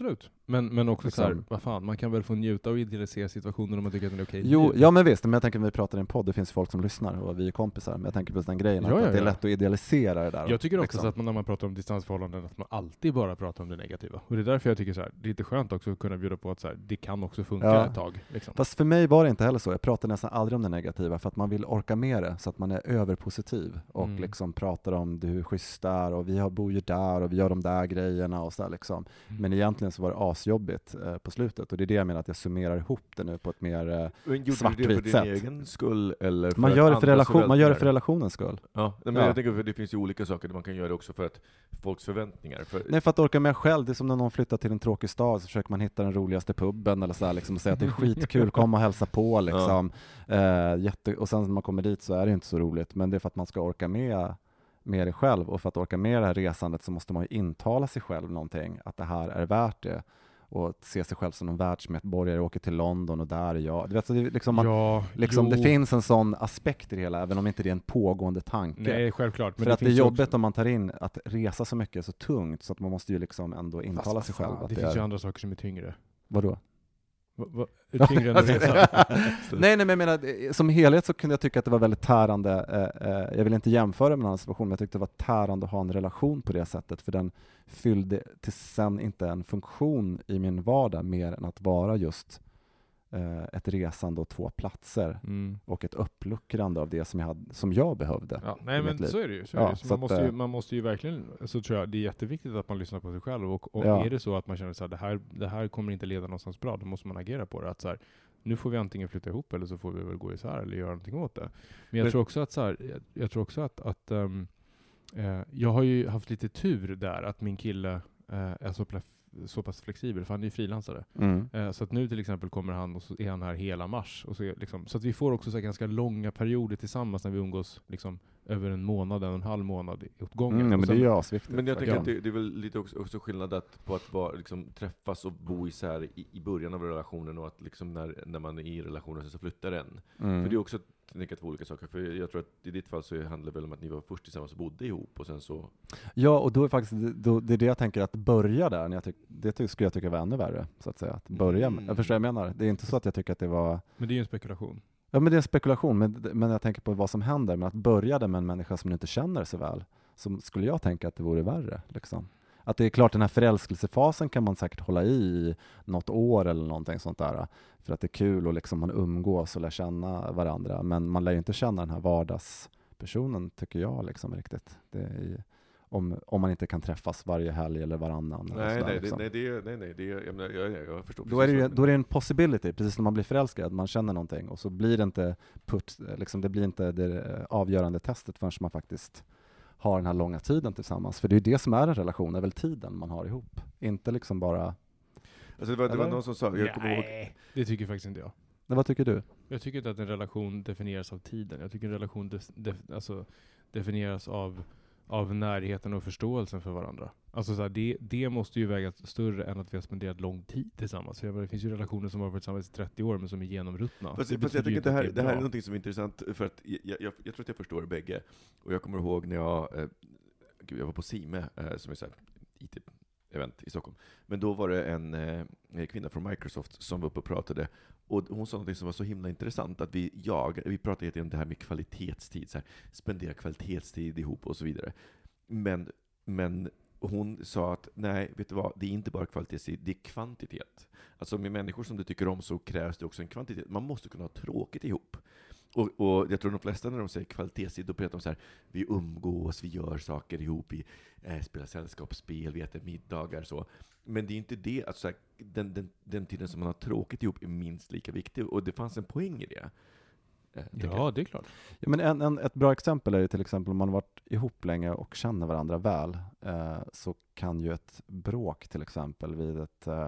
Men, men också liksom. så här, vad fan, man kan väl få njuta och idealisera situationen om man tycker att den är okej. Jo, ja men visst, men jag tänker när vi pratar i en podd, det finns folk som lyssnar och vi är kompisar, men jag tänker på den grejen, Ja, att, ja, att det är ja. lätt att idealisera det där. Jag tycker också liksom. så att man, när man pratar om distansförhållanden, att man alltid bara pratar om det negativa. Och det är därför jag tycker så här, det är lite skönt också att kunna bjuda på att så här, det kan också funka Ja. ett tag. Liksom. Fast för mig var det inte heller så. Jag pratar nästan aldrig om det negativa för att man vill orka med det så att man är överpositiv och Mm. liksom pratar om det, hur schysst det är och vi har bor ju där och vi gör de där grejerna och så där liksom. Mm. Men egentligen så var det asjobbigt eh, på slutet och det är det jag menar att jag summerar ihop det nu på ett mer eh, Men gjorde svartvitt du det för din sätt. egen skull eller för man gör, det för andras relation, man gör det för förväntningar? relationens skull. Ja, nej, men Ja. jag tänker för det finns ju olika saker, man kan göra det också för att folks förväntningar. För, Nej, för att orka med själv. Det är som när någon flyttar till en tråkig stad så försöker man hitta den roligaste puben eller så här, liksom, och säga att det är skitkul, komma och hälsa på liksom. Eh, jätte, och sen när man kommer dit så är det inte så roligt, men det är för att man ska orka med med det själv, och för att orka med det här resandet så måste man ju intala sig själv någonting, att det här är värt det, och se sig själv som en världsmedborgare, åker till London och där är jag. Du vet, så det, liksom man, Ja, liksom, det jo. finns en sån aspekt i det hela, även om inte det är en pågående tanke. Nej, självklart. Men För att det är finns ju jobbigt också- om man tar in att resa så mycket är så tungt, så att man måste ju liksom ändå intala Fast sig vad själv fan, att det, det, finns är... ju andra saker som är tyngre. Vadå? Va, va, är tyngre än att resa? nej, nej, men jag menar, som helhet så kunde jag tycka att det var väldigt tärande. Eh, eh, jag vill inte jämföra med en annan situation, men jag tyckte det var tärande att ha en relation på det sättet, för den fyllde till sen inte en funktion i min vardag mer än att vara just eh, ett resande och två platser Mm. och ett uppluckrande av det som jag, hade, som jag behövde. Ja, nej i mitt men liv. så är det ju. Så är Ja, det. Så så man, att, måste ju, eh, man måste ju verkligen, så tror jag det är jätteviktigt att man lyssnar på sig själv, och, och Ja. är det så att man känner att det här, det här kommer inte leda någonstans bra, då måste man agera på det. Att så här, nu får vi antingen flytta ihop eller så får vi väl gå isär eller göra någonting åt det. Men jag Men- tror också att, så här, jag, jag, tror också att, att um, eh, jag har ju haft lite tur där, att min kille eh, är så, plaf- så pass flexibel, för han är ju frilansare. Mm. Eh, Så att nu till exempel kommer han och så är han här hela mars. Och så, är, liksom, så att vi får också så här ganska långa perioder tillsammans när vi umgås liksom, över en månad, en och en halv månad åt gången. Mm, ja, Och men sen- det är ju asviktigt. Men jag tänker faktiskt. att det, det är väl lite också, också skillnad att, på att vara, liksom, träffas och bo isär i, i början av relationen, och att liksom när, när man är i relationen så flyttar den. Mm. För det är också jag tänker, två olika saker. För jag tror att i ditt fall så handlar det väl om att ni var först tillsammans och bodde ihop, och sen så... Ja, och då är faktiskt, då, det är det jag tänker, att börja där, när jag tyck, det ty- skulle jag tycka var ännu värre, så att säga. Att börja med, Mm. jag förstår vad jag menar. Det är inte så att jag tycker att det var... Men det är ju en spekulation. Ja, men det är en spekulation, men, men jag tänker på vad som händer. Men att börja det med en människa som inte känner så väl, så skulle jag tänka att det vore värre. Liksom. Att det är klart, den här förälskelsefasen kan man säkert hålla i i något år eller någonting sånt där. För att det är kul och liksom man umgås och lär känna varandra. Men man lär ju inte känna den här vardagspersonen, tycker jag, liksom riktigt. Det är i, om, om man inte kan träffas varje helg eller varannan. eller Nej, sådär, nej, liksom. det, nej, det, nej, nej, det, jag, menar, jag, jag, jag förstår Då är, det ju, precis vad- då är det en possibility, precis när man blir förälskad, man känner någonting och så blir det inte put, liksom det blir inte det avgörande testet förrän man faktiskt har den här långa tiden tillsammans. För det är ju det som är en relation, det är väl tiden man har ihop. Inte liksom bara... Alltså det var, det var Eller? någon som sa, jag kommer ihåg, Nej, det tycker faktiskt inte jag. Men vad tycker du? Jag tycker inte att en relation definieras av tiden. Jag tycker en relation def, def, alltså, definieras av, av närheten och förståelsen för varandra. Alltså så här, det, det måste ju väga större än att vi har spenderat lång tid tillsammans. För jag menar, det finns ju relationer som har varit tillsammans i trettio år men som är genomruttna. Fast, Det fast betyder jag tycker ju att det inte här, att det här är bra. någonting som är intressant, för att jag, jag, jag tror att jag förstår det bägge. Och jag kommer ihåg när jag, eh, gud, jag var på Sime, eh, som är så här I T-event i Stockholm. Men då var det en eh, kvinna från Microsoft som var uppe och pratade. Och hon sa något som var så himla intressant, att vi, jag, vi pratade lite om det här med kvalitetstid, så här, spendera kvalitetstid ihop och så vidare. Men, men hon sa att nej, vet du vad, det är inte bara kvalitetstid, det är kvantitet. Alltså med människor som du tycker om så krävs det också en kvantitet. Man måste kunna ha tråkigt ihop. Och, och jag tror de flesta när de säger kvalitetstid, då pratar de så här, vi umgås, vi gör saker ihop, vi eh, spelar sällskapsspel, vi äter middagar så. Men det är inte det, alltså, så här, den, den, den tiden som man har tråkigt ihop är minst lika viktig, och det fanns en poäng i det. Eh, tänker Ja, jag. det är klart. Ja, men en, en, ett bra exempel är ju till exempel om man har varit ihop länge och känner varandra väl, eh, så kan ju ett bråk till exempel vid ett eh,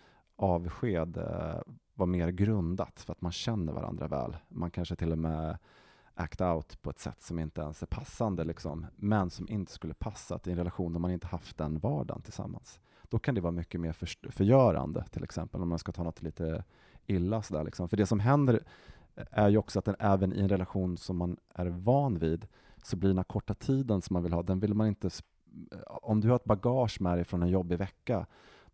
avsked eh, vara mer grundat för att man känner varandra väl. Man kanske till och med act out på ett sätt som inte ens är passande, liksom, men som inte skulle passa i en relation där man inte haft den vardagen tillsammans. Då kan det vara mycket mer för, förgörande, till exempel om man ska ta något lite illa sådär, liksom. För det som händer är ju också att den, även i en relation som man är van vid, så blir den här korta tiden som man vill ha, den vill man inte, om du har ett bagage med dig från en jobbig vecka,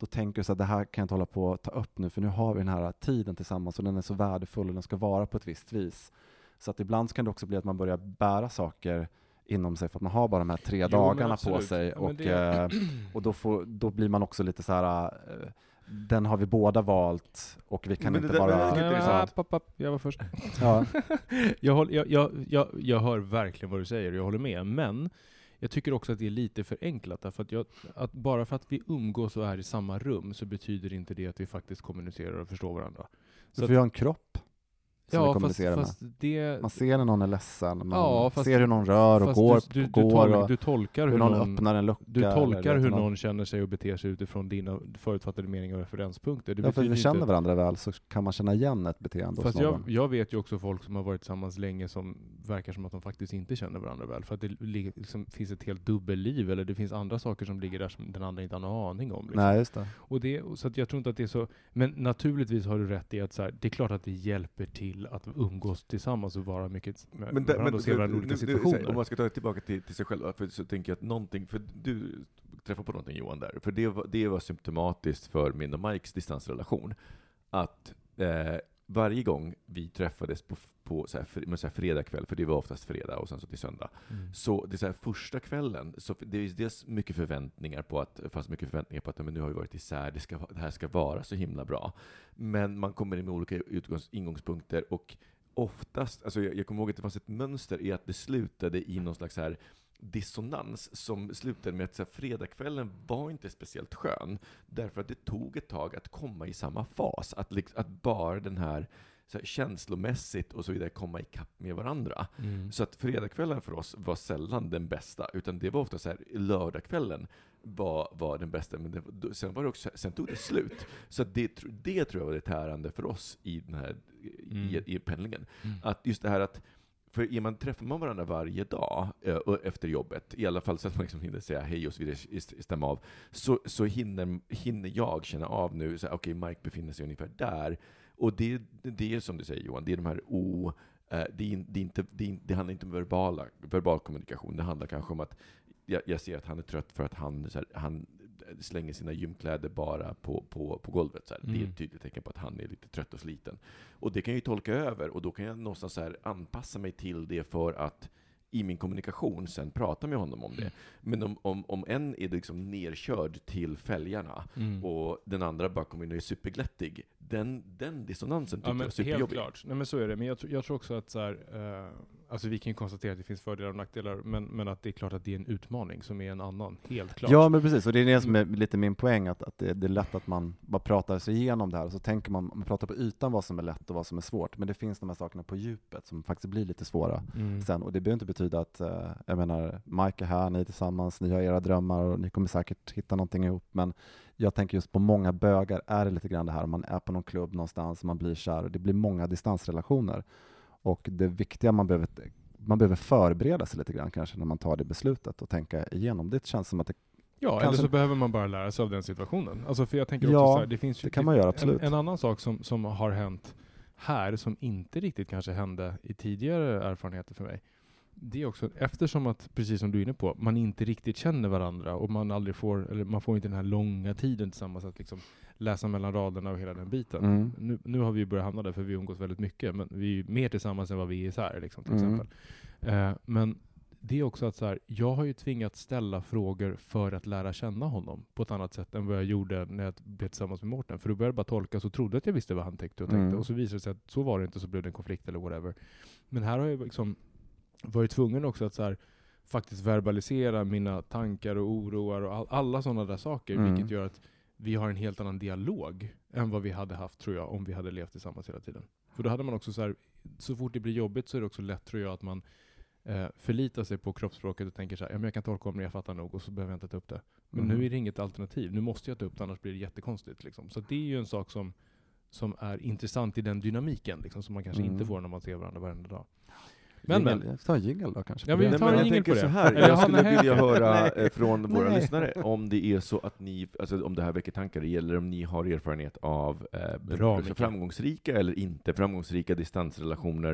då tänker du så att det här kan jag inte hålla på att ta upp nu, för nu har vi den här tiden tillsammans och den är så värdefull och den ska vara på ett visst vis. Så att ibland kan det också bli att man börjar bära saker inom sig för att man har bara de här tre jo, dagarna på sig. Ja, och, det... och då, får, då blir man också lite så här... Uh, den har vi båda valt och vi kan men inte bara... Nej, nej, nej, papp, papp, jag var först. Ja. jag, håll, jag, jag, jag, jag hör verkligen vad du säger och jag håller med. Men jag tycker också att det är lite förenklat. Därför att, jag, att bara för att vi umgås och är i samma rum så betyder inte det att vi faktiskt kommunicerar och förstår varandra. Så för vi har en kropp. Ja, fast, fast det... Man ser när någon är ledsen, man ja, fast, ser hur någon rör och går, du, du, går du, tol- och du tolkar hur hur någon, någon öppnar en lucka. Du tolkar hur någon... någon känner sig och beter sig utifrån dina förutfattade meningar och referenspunkter. Det ja, för vi inte... känner varandra väl så kan man känna igen ett beteende fast hos någon. Jag, jag vet ju också folk som har varit tillsammans länge som verkar som att de faktiskt inte känner varandra väl. För att det liksom finns ett helt dubbelliv eller det finns andra saker som ligger där som den andra inte har någon aning om. Liksom. Nej, just det. Och det, så att jag tror inte att det är så... Men naturligtvis har du rätt i att så här, det är klart att det hjälper till att umgås tillsammans och vara mycket med men, varandra och se varandra i olika situationer. Här, om man ska ta det tillbaka till, till sig själv, för så tänker jag att någonting, för du träffar på någonting Johan där, för det var, det var symptomatiskt för min och Mikes distansrelation. Att eh, varje gång vi träffades på, på så här, med så här fredag kväll, för det var oftast fredag och sen så till söndag, mm. så det är så här, första kvällen, så det är dels mycket förväntningar på att, fast mycket förväntningar på att men nu har vi varit isär, det, ska, det här ska vara så himla bra. Men man kommer in med olika utgångs, ingångspunkter och oftast, alltså jag, jag kommer ihåg att det fanns ett mönster i att det slutade i någon slags här dissonans som slutade med att så här, fredagskvällen var inte speciellt skön därför att det tog ett tag att komma i samma fas, att, att bara den här, så här känslomässigt och så vidare komma i kapp med varandra. Mm. Så att fredagskvällen för oss var sällan den bästa, utan det var ofta så här lördagskvällen var, var den bästa, men det, sen, var det också, sen tog det slut. Så att det, det tror jag var det tärande för oss i den här mm. i, i pendlingen. Mm. Att just det här att för är man, träffar man varandra varje dag äh, efter jobbet, i alla fall så att man liksom hinner säga hej och så vidare, stämma av, så, så hinner, hinner jag känna av nu, så okej, okay, Mike befinner sig ungefär där. Och det, det är som du säger Johan, det är de här o... Eh, det, är, det, är inte, det, är, det handlar inte om verbala, verbal kommunikation, det handlar kanske om att jag, jag ser att han är trött för att han, så här, han slänger sina gymkläder bara på, på, på golvet. Så här. Mm. Det är ett tydligt tecken på att han är lite trött och sliten. Och det kan jag ju tolka över och då kan jag någonstans så här anpassa mig till det för att i min kommunikation sen prata med honom om det. Mm. Men om, om, om en är liksom nerkörd till fälgarna mm. och den andra bara kommer in och är superglättig, den, den dissonansen tycker ja, jag är superjobbig. Helt klart. Nej, men så är det. Men jag, jag tror också att så här, uh, alltså vi kan ju konstatera att det finns fördelar och nackdelar, men, men att det är klart att det är en utmaning som är en annan. Helt klart. Ja, men precis. Och det är det som är lite min poäng, att, att det, det är lätt att man bara pratar sig igenom det här och så tänker man, man pratar på ytan vad som är lätt och vad som är svårt, men det finns de här sakerna på djupet som faktiskt blir lite svåra mm. sen. Och det behöver inte betyda att, uh, jag menar, Mike är här, ni är tillsammans, ni har era drömmar och ni kommer säkert hitta någonting ihop, men jag tänker just på många bögar är det lite grann det här, man är på någon klubb någonstans, man blir kär och det blir många distansrelationer. Och det viktiga, man behöver, man behöver förbereda sig lite grann kanske när man tar det beslutet och tänka igenom. Det känns som att det Ja, kanske... eller så behöver man bara lära sig av den situationen. Alltså för jag tänker också ja, så här, det finns ju det kan man göra, absolut. En, en annan sak som, som har hänt här som inte riktigt kanske hände i tidigare erfarenheter för mig. Det är också, eftersom att, precis som du är inne på, man inte riktigt känner varandra och man aldrig får, eller man får inte den här långa tiden tillsammans att liksom läsa mellan raderna och hela den biten. Mm. Nu, nu har vi ju börjat hamna där för vi umgås väldigt mycket, men vi är mer tillsammans än vad vi är så här, liksom, till mm. exempel. Eh, men det är också att så här, jag har ju tvingats ställa frågor för att lära känna honom på ett annat sätt än vad jag gjorde när jag blev tillsammans med Mårten. För då började jag bara tolka så trodde att jag visste vad han tänkte och tänkte. Mm. Och så visade det sig att så var det inte, så blev det en konflikt eller whatever. Men här har jag liksom varit tvungen också att så här, faktiskt verbalisera mina tankar och oroar och all, alla sådana där saker. Mm. Vilket gör att vi har en helt annan dialog än vad vi hade haft, tror jag, om vi hade levt tillsammans hela tiden. För då hade man också så här, så fort det blir jobbigt så är det också lätt, tror jag, att man eh, förlitar sig på kroppsspråket och tänker så här, ja, men jag kan tolka om det, jag fattar nog och så behöver jag inte ta upp det. Men mm. nu är det inget alternativ. Nu måste jag ta upp det, annars blir det jättekonstigt. Liksom. Så det är ju en sak som, som är intressant i den dynamiken liksom, som man kanske mm. inte får när man ser varandra varenda dag. Men, men jag tar en jingle då kanske. Ja, vi tar en jingle på det. Så här, jag skulle vilja höra från våra nej. lyssnare om det är så att ni, alltså om det här väcker tankar i, eller om ni har erfarenhet av eh, Bra, framgångsrika eller inte framgångsrika distansrelationer.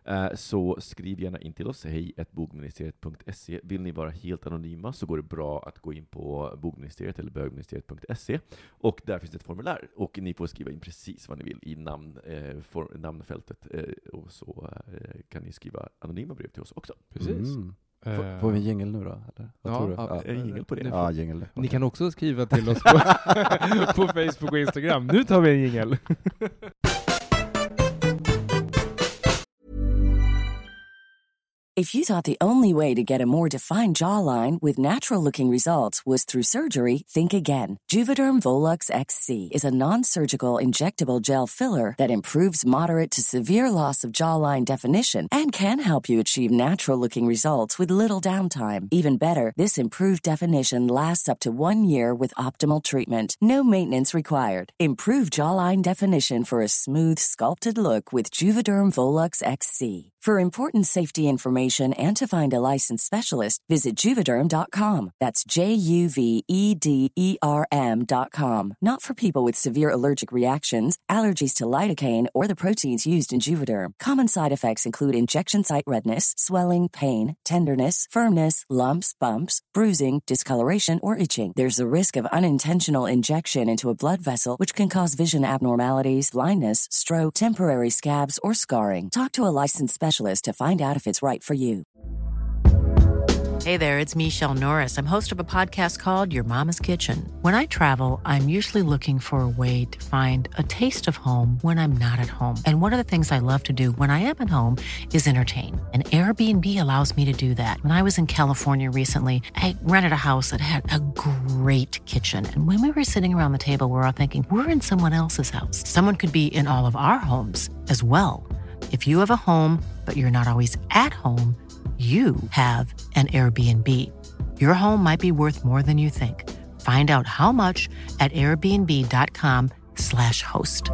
Eh, så skriv gärna in till oss, hej at bogministeriet punkt se. Vill ni vara helt anonyma så går det bra att gå in på bogministeriet eller bögministeriet punkt se, och där finns det ett formulär, och ni får skriva in precis vad ni vill i namn, eh, for, namnfältet, eh, och så eh, kan ni skriva anonyma brev till oss också. Precis. Mm. Får, får vi en jingle nu då? Eller? Vad Ja, tror du? ja, En jingle på det. Ja, jingle. Ni kan också skriva till oss på, på Facebook och Instagram. Nu tar vi en jingle. If you thought the only way to get a more defined jawline with natural-looking results was through surgery, think again. Juvederm Volux X C is a non-surgical injectable gel filler that improves moderate to severe loss of jawline definition and can help you achieve natural-looking results with little downtime. Even better, this improved definition lasts up to one year with optimal treatment. No maintenance required. Improve jawline definition for a smooth, sculpted look with Juvederm Volux X C. For important safety information and to find a licensed specialist, visit Juvederm dot com. That's J U V E D E R M dot com. Not for people with severe allergic reactions, allergies to lidocaine, or the proteins used in Juvederm. Common side effects include injection site redness, swelling, pain, tenderness, firmness, lumps, bumps, bruising, discoloration, or itching. There's a risk of unintentional injection into a blood vessel, which can cause vision abnormalities, blindness, stroke, temporary scabs, or scarring. Talk to a licensed specialist to find out if it's right for you. Hey there, it's Michelle Norris. I'm host of a podcast called Your Mama's Kitchen. When I travel, I'm usually looking for a way to find a taste of home when I'm not at home. And one of the things I love to do when I am at home is entertain. And Airbnb allows me to do that. When I was in California recently, I rented a house that had a great kitchen. And when we were sitting around the table, we were all thinking, we're in someone else's house. Someone could be in all of our homes as well. If you have a home, but you're not always at home, you have an Airbnb. Your home might be worth more than you think. Find out how much at airbnb dot com slash host.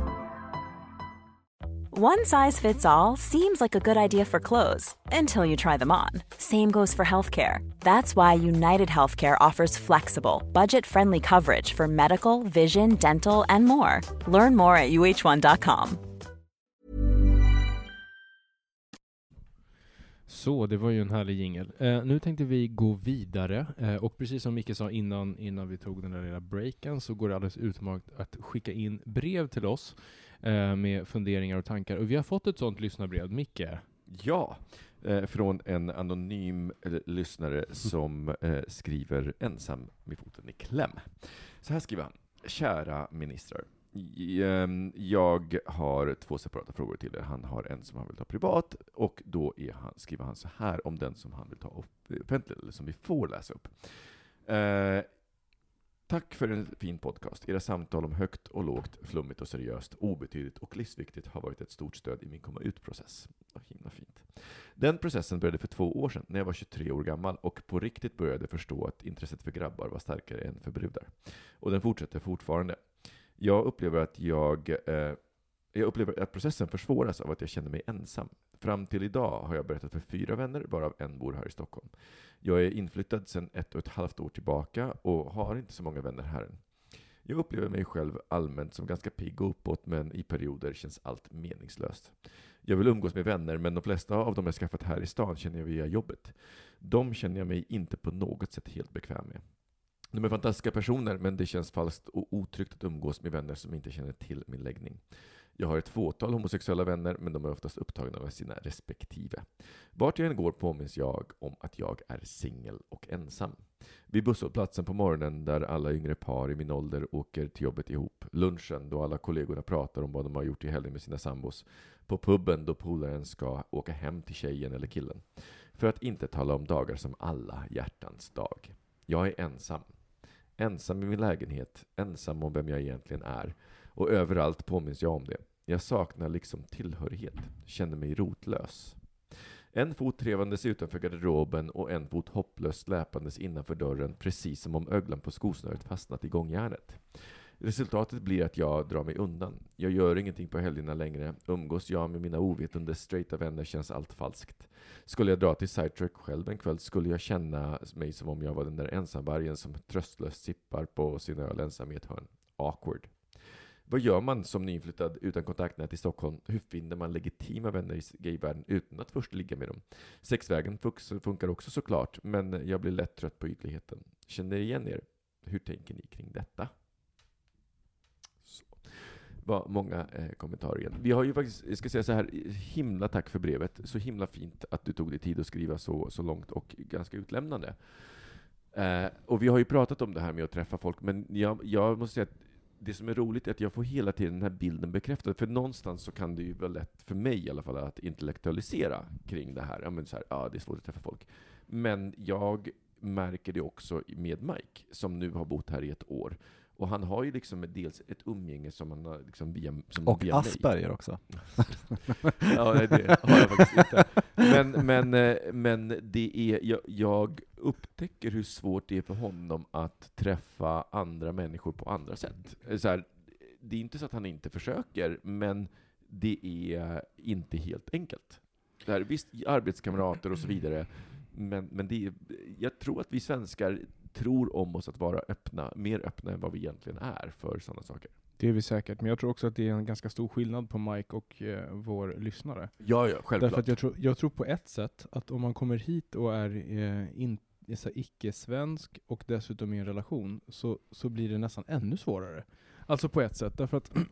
One size fits all seems like a good idea for clothes until you try them on. Same goes for healthcare. That's why United Healthcare offers flexible, budget-friendly coverage for medical, vision, dental, and more. Learn more at U H one dot com. Så, det var ju en härlig jingel. Eh, nu tänkte vi gå vidare. Eh, och precis som Micke sa innan, innan vi tog den där lilla breaken, så går det alldeles utmärkt att skicka in brev till oss eh, med funderingar och tankar. Och vi har fått ett sånt lyssnarbrev, Micke. Ja, eh, från en anonym eh, lyssnare som eh, skriver ensam med foten i kläm. Så här skriver han. Kära ministrar. Jag har två separata frågor till er. Han har en som han vill ta privat, och då är han, skriver han så här om den som han vill ta upp offentligt, eller som vi får läsa upp. Eh, tack för en fin podcast. Era samtal om högt och lågt, flummigt och seriöst, obetydligt och livsviktigt har varit ett stort stöd i min komma ut-process. Vad himla fint. Den processen började för två år sedan när jag var tjugotre år gammal och på riktigt började förstå att intresset för grabbar var starkare än för brudar. Och den fortsätter fortfarande. Jag upplever att jag, eh, jag upplever att processen försvåras av att jag känner mig ensam. Fram till idag har jag berättat för fyra vänner, varav en bor här i Stockholm. Jag är inflyttad sedan ett och ett halvt år tillbaka och har inte så många vänner här än. Jag upplever mig själv allmänt som ganska pigg och uppåt, men i perioder känns allt meningslöst. Jag vill umgås med vänner, men de flesta av dem jag skaffat här i stan känner jag via jobbet. De känner jag mig inte på något sätt helt bekväm med. De är fantastiska personer, men det känns falskt och otryggt att umgås med vänner som inte känner till min läggning. Jag har ett fåtal homosexuella vänner, men de är oftast upptagna med sina respektive. Vart jag än går påminns jag om att jag är singel och ensam. Vid busshållplatsen på morgonen där alla yngre par i min ålder åker till jobbet ihop. Lunchen då alla kollegorna pratar om vad de har gjort i helgen med sina sambos. På puben då polaren ska åka hem till tjejen eller killen. För att inte tala om dagar som alla hjärtans dag. Jag är ensam. Ensam i min lägenhet, ensam om vem jag egentligen är. Och överallt påminns jag om det. Jag saknar liksom tillhörighet, känner mig rotlös. En fot trevandes utanför garderoben och en fot hopplöst släpandes innanför dörren, precis som om öglan på skosnöret fastnat i gångjärnet. Resultatet blir att jag drar mig undan. Jag gör ingenting på helgerna längre. Umgås jag med mina ovetande straighta vänner känns allt falskt. Skulle jag dra till Sidetrack själv en kväll skulle jag känna mig som om jag var den där ensamvargen som tröstlöst sippar på sin öl ensam i ett hörn. Awkward. Vad gör man som nyinflyttad utan kontaktnät i Stockholm? Hur finner man legitima vänner i gayvärlden utan att först ligga med dem? Sexvägen funkar också såklart, men jag blir lätt trött på ytligheten. Känner igen er? Hur tänker ni kring detta? Så. Vad många eh, kommentarer igen. Vi har ju faktiskt, jag ska säga så här, himla tack för brevet. Så himla fint att du tog dig tid att skriva så, så långt och ganska utlämnande. Eh, och vi har ju pratat om det här med att träffa folk, men jag, jag måste säga att det som är roligt är att jag får hela tiden den här bilden bekräftad. För någonstans så kan det ju vara lätt, för mig i alla fall, att intellektualisera kring det här. Ja, men så här, ja, det är svårt att träffa folk. Men jag märker det också med Mike, som nu har bott här i ett år. Och han har ju liksom dels ett umgänge som han har liksom via, som och via Asperger mig. Också. Ja, det har jag faktiskt inte. Men, men, men det är, jag, jag upptäcker hur svårt det är för honom att träffa andra människor på andra sätt. Så här, det är inte så att han inte försöker, men det är inte helt enkelt. Det här, visst, arbetskamrater och så vidare. Men, men det är, jag tror att vi svenskar tror om oss att vara öppna, mer öppna än vad vi egentligen är för sådana saker. Det är vi säkert, men jag tror också att det är en ganska stor skillnad på Mike och eh, vår lyssnare. Ja, ja, självklart. Därför att jag tror, jag tror på ett sätt att om man kommer hit och är, eh, in, är så icke-svensk och dessutom i en relation, så, så blir det nästan ännu svårare. Alltså på ett sätt, därför att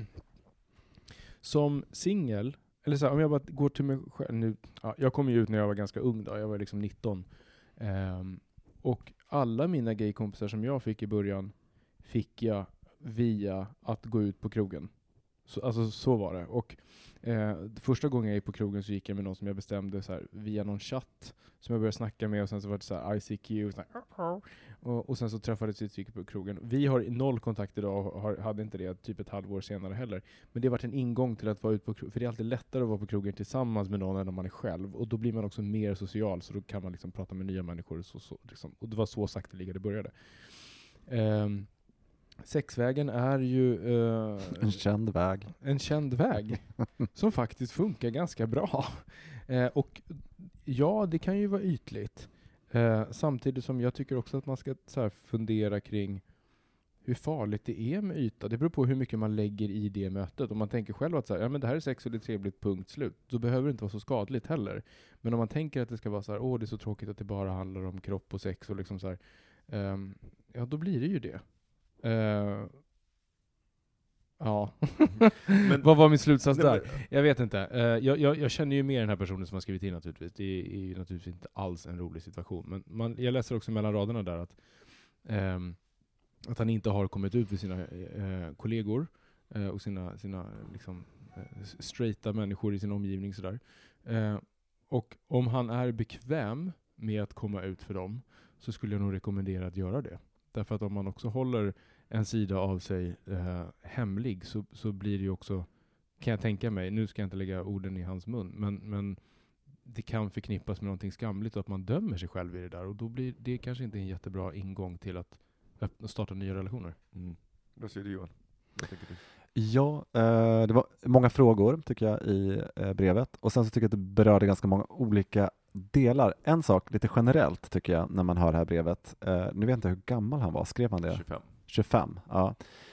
som singel, eller så här, om jag bara går till mig själv nu, ja, jag kom ju ut när jag var ganska ung då, jag var liksom nitton. Um, och alla mina gaykompisar som jag fick i början fick jag via att gå ut på krogen. Så, alltså så var det. Och eh, första gången jag gick på krogen så gick jag med någon som jag bestämde så här, via någon chatt som jag började snacka med, och sen så var det så här I C Q så här, och, och sen så träffades vi på krogen. Vi har noll kontakt idag och har, hade inte det typ ett halvår senare heller. Men det har varit en ingång till att vara ute på krogen, för det är alltid lättare att vara på krogen tillsammans med någon än om man är själv, och då blir man också mer social, så då kan man liksom prata med nya människor och så, så liksom, och det var så sakteliga det började. Um, Sexvägen är ju uh, en känd väg. En känd väg som faktiskt funkar ganska bra. Uh, och ja, det kan ju vara ytligt. Uh, samtidigt som jag tycker också att man ska så här fundera kring hur farligt det är med yta. Det beror på hur mycket man lägger i det mötet. Om man tänker själv att så här, ja, men det här är sex och det är trevligt, punkt slut, då behöver det inte vara så skadligt heller. Men om man tänker att det ska vara så här, åh, det är så tråkigt att det bara handlar om kropp och sex och liksom så här, um, ja, då blir det ju det. Uh, ja. Men vad var min slutsats där? Jag vet inte. Uh, jag, jag, jag känner ju mer den här personen som har skrivit in naturligtvis. Det är, är ju naturligtvis inte alls en rolig situation. Men man, jag läser också mellan raderna där att, um, att han inte har kommit ut för sina uh, kollegor uh, och sina, sina liksom, uh, straighta människor i sin omgivning. Sådär. Uh, och om han är bekväm med att komma ut för dem, så skulle jag nog rekommendera att göra det. Därför att om man också håller en sida av sig eh, hemlig, så, så blir det ju också, kan jag tänka mig, nu ska jag inte lägga orden i hans mun, men, men det kan förknippas med någonting skamligt och att man dömer sig själv i det där, och då blir det kanske inte en jättebra ingång till att öppna, starta nya relationer. Mm. Vad säger du, Johan? Vad tänker du? Ja, eh, det var många frågor tycker jag i eh, brevet, och sen så tycker jag att det berörde ganska många olika delar. En sak lite generellt tycker jag när man hör det här brevet, eh, nu vet jag inte hur gammal han var, skrev han det? tjugofem. tjugofem, ja.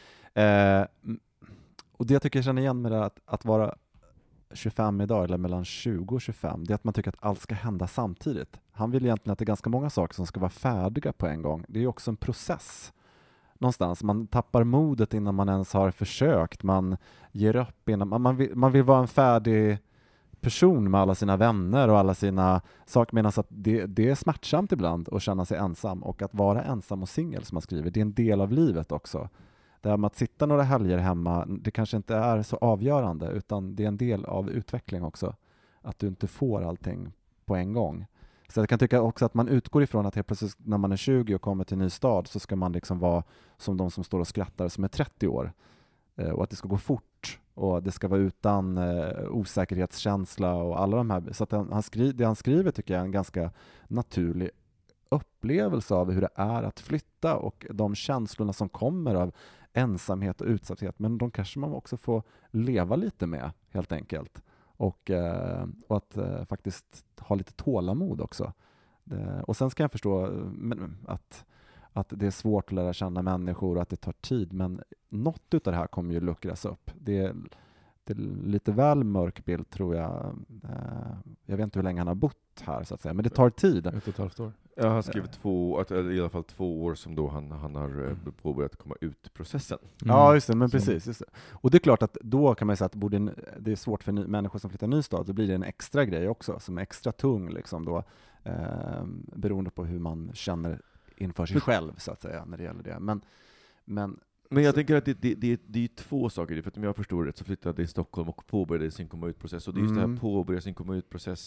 Eh, och det jag tycker jag känner igen med det att, att vara tjugofem idag, eller mellan tjugo och tjugofem, det är att man tycker att allt ska hända samtidigt. Han vill egentligen att det är ganska många saker som ska vara färdiga på en gång. Det är ju också en process någonstans. Man tappar modet innan man ens har försökt. Man ger upp innan man, man, vill, man vill vara en färdig person med alla sina vänner och alla sina saker, medan att det, det är smärtsamt ibland att känna sig ensam, och att vara ensam och singel, som man skriver, det är en del av livet också. Det här med att sitta några helger hemma, det kanske inte är så avgörande, utan det är en del av utveckling också, att du inte får allting på en gång. Så jag kan tycka också att man utgår ifrån att helt plötsligt när man är tjugo och kommer till en ny stad, så ska man liksom vara som de som står och skrattar som är trettio år, och att det ska gå fort och det ska vara utan eh, osäkerhetskänsla och alla de här. Så att han, han skri, det han skriver tycker jag är en ganska naturlig upplevelse av hur det är att flytta, och de känslorna som kommer av ensamhet och utsatthet, men de kanske man också får leva lite med helt enkelt, och, eh, och att eh, faktiskt ha lite tålamod också. Det, och sen ska jag förstå men, att att det är svårt att lära känna människor och att det tar tid. Men något utav det här kommer ju luckras upp. Det är, det är lite väl mörk bild tror jag. Eh, jag vet inte hur länge han har bott här så att säga. Men det tar tid. Ett och ett halvt år. Ja, han skrev två, att, i alla fall två år som då han, han har eh, påbörjat komma ut-processen. Mm. Ja, just det, men precis. Just det. Och det är klart att då kan man säga att borde en, det är svårt för ny, människor som flyttar ny stad, så blir det en extra grej också, som är extra tung liksom då, eh, beroende på hur man känner inför sig själv så att säga, när det gäller det. Men, men, men jag så, tänker att det, det, det, det är två saker, för att om jag förstår rätt så flyttade i Stockholm och påbörjade sin komma ut-process, och det är just mm. det här påbörja sin komma ut-process.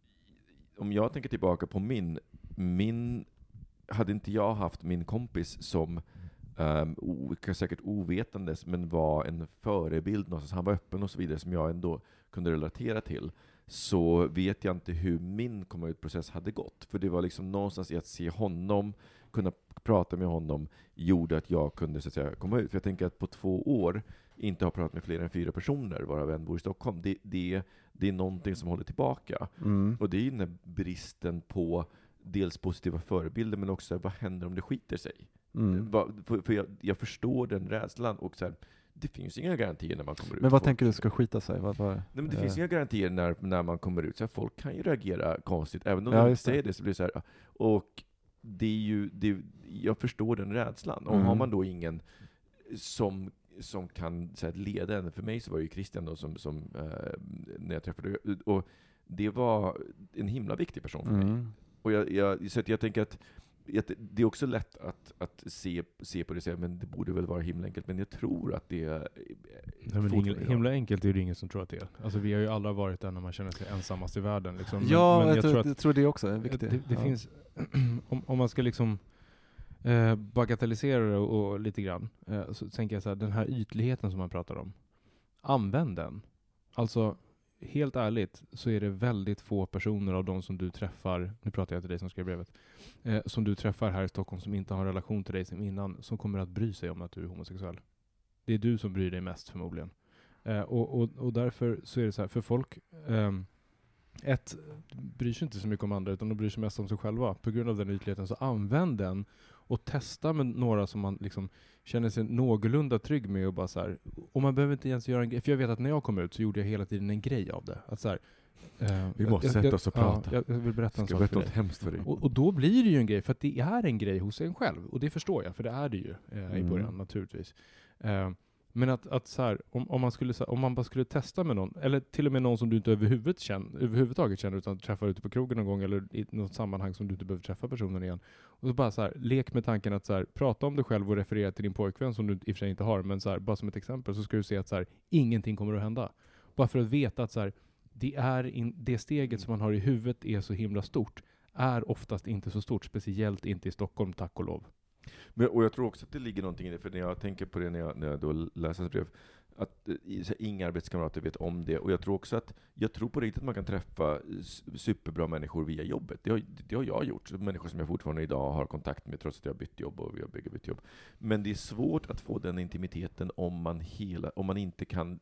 Om jag tänker tillbaka på min, min hade inte jag haft min kompis som um, o, säkert ovetandes, men var en förebild någonstans, han var öppen och så vidare, som jag ändå kunde relatera till, så vet jag inte hur min komma ut-process hade gått. För det var liksom någonstans i att se honom, kunna prata med honom, gjorde att jag kunde så att säga komma ut. För jag tänker att på två år inte ha pratat med fler än fyra personer, varav en bor i Stockholm, det, det, det är någonting som håller tillbaka. Mm. Och det är ju den här bristen på dels positiva förebilder, men också vad händer om det skiter sig? Mm. För, för jag, jag förstår den rädslan, och så här, det finns inga garantier när man kommer ut. Men vad tänker du ska skita sig? Vad, vad, Nej, men det äh... finns inga garantier när, när man kommer ut. Så här, folk kan ju reagera konstigt, även om ja, de inte säger det, så blir det så här. Och det är ju, det, jag förstår den rädslan. Och mm. har man då ingen som som kan så här, leda en. För mig så var det ju Christian då som, som eh, när jag träffade, och det var en himla viktig person för mm. mig. Och jag, jag, så att jag tänker att, att det är också lätt att, att se, se på det och säga, men det borde väl vara himla enkelt, men jag tror att det är ja, men himla, himla enkelt är det ingen som tror att det är. Alltså vi har ju aldrig varit där när man känner sig ensammast i världen liksom. Men, ja, men jag, jag, tror, tror att, jag tror det också är viktigt. Det, det ja. finns om, om man ska liksom Eh, bagatellisera det och, och lite grann, eh, så tänker jag så här, den här ytligheten som man pratar om, använd den. Alltså helt ärligt så är det väldigt få personer av de som du träffar, nu pratar jag till dig som skrev brevet, eh, som du träffar här i Stockholm som inte har en relation till dig som innan, som kommer att bry sig om att du är homosexuell. Det är du som bryr dig mest förmodligen. Eh, och, och, och därför så är det så här, för folk eh, ett, bryr sig inte så mycket om andra, utan de bryr sig mest om sig själva. På grund av den ytligheten, så använd den och testa med några som man liksom känner sig någorlunda trygg med, och bara så här, och man behöver inte ens göra en grej, för jag vet att när jag kom ut så gjorde jag hela tiden en grej av det. Att så här, eh, vi måste jag, sätta jag, oss och ja, prata. Jag, jag vill berätta en Ska sak för dig. Hemskt för dig. Och, och då blir det ju en grej, för att det är en grej hos en själv, och det förstår jag, för det är det ju eh, mm. i början naturligtvis. Eh, Men att, att så här, om, om, man skulle, om man bara skulle testa med någon, eller till och med någon som du inte överhuvud känner, överhuvudtaget känner, utan träffar ute på krogen någon gång, eller i något sammanhang som du inte behöver träffa personen igen. Och så bara så här, lek med tanken att så här, prata om dig själv och referera till din pojkvän som du i och för sig inte har, men så här, bara som ett exempel så ska du se att så här, ingenting kommer att hända. Bara för att veta att så här, det, är in, det steget som man har i huvudet är så himla stort, är oftast inte så stort, speciellt inte i Stockholm, tack och lov. Men, och jag tror också att det ligger någonting i det, för när jag tänker på det när jag, när jag då läser ett brev, att så här, inga arbetskamrater vet om det, och jag tror också att jag tror på riktigt att man kan träffa superbra människor via jobbet. Det har, det har jag gjort, människor som jag fortfarande idag har kontakt med, trots att jag har bytt jobb och vi har bägge bytt jobb. Men det är svårt att få den intimiteten om man, hela, om man inte kan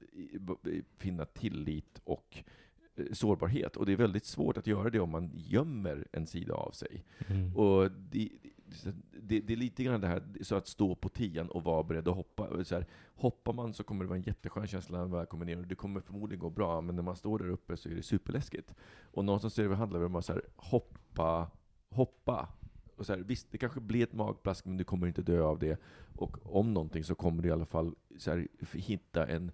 finna tillit och sårbarhet, och det är väldigt svårt att göra det om man gömmer en sida av sig. Mm. Och det, det, det är lite grann det här, så att stå på tian och vara beredd att hoppa. Så här, hoppar man så kommer det vara en jätteskön känsla när man kommer ner, och det kommer förmodligen gå bra, men när man står där uppe så är det superläskigt. Och någonstans är det, handlar det om att så här, hoppa, hoppa. Och så här, visst, det kanske blir ett magplask, men du kommer inte dö av det. Och om någonting så kommer du i alla fall så här, hitta en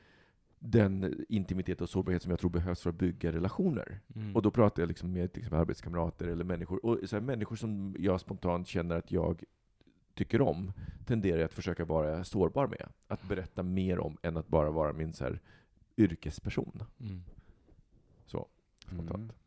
den intimitet och sårbarhet som jag tror behövs för att bygga relationer. Mm. Och då pratar jag liksom med till exempel arbetskamrater eller människor. Och så här, människor som jag spontant känner att jag tycker om, tenderar jag att försöka vara sårbar med. Att berätta mer om än att bara vara min så här, yrkesperson. Mm. Så, spontant. Mm.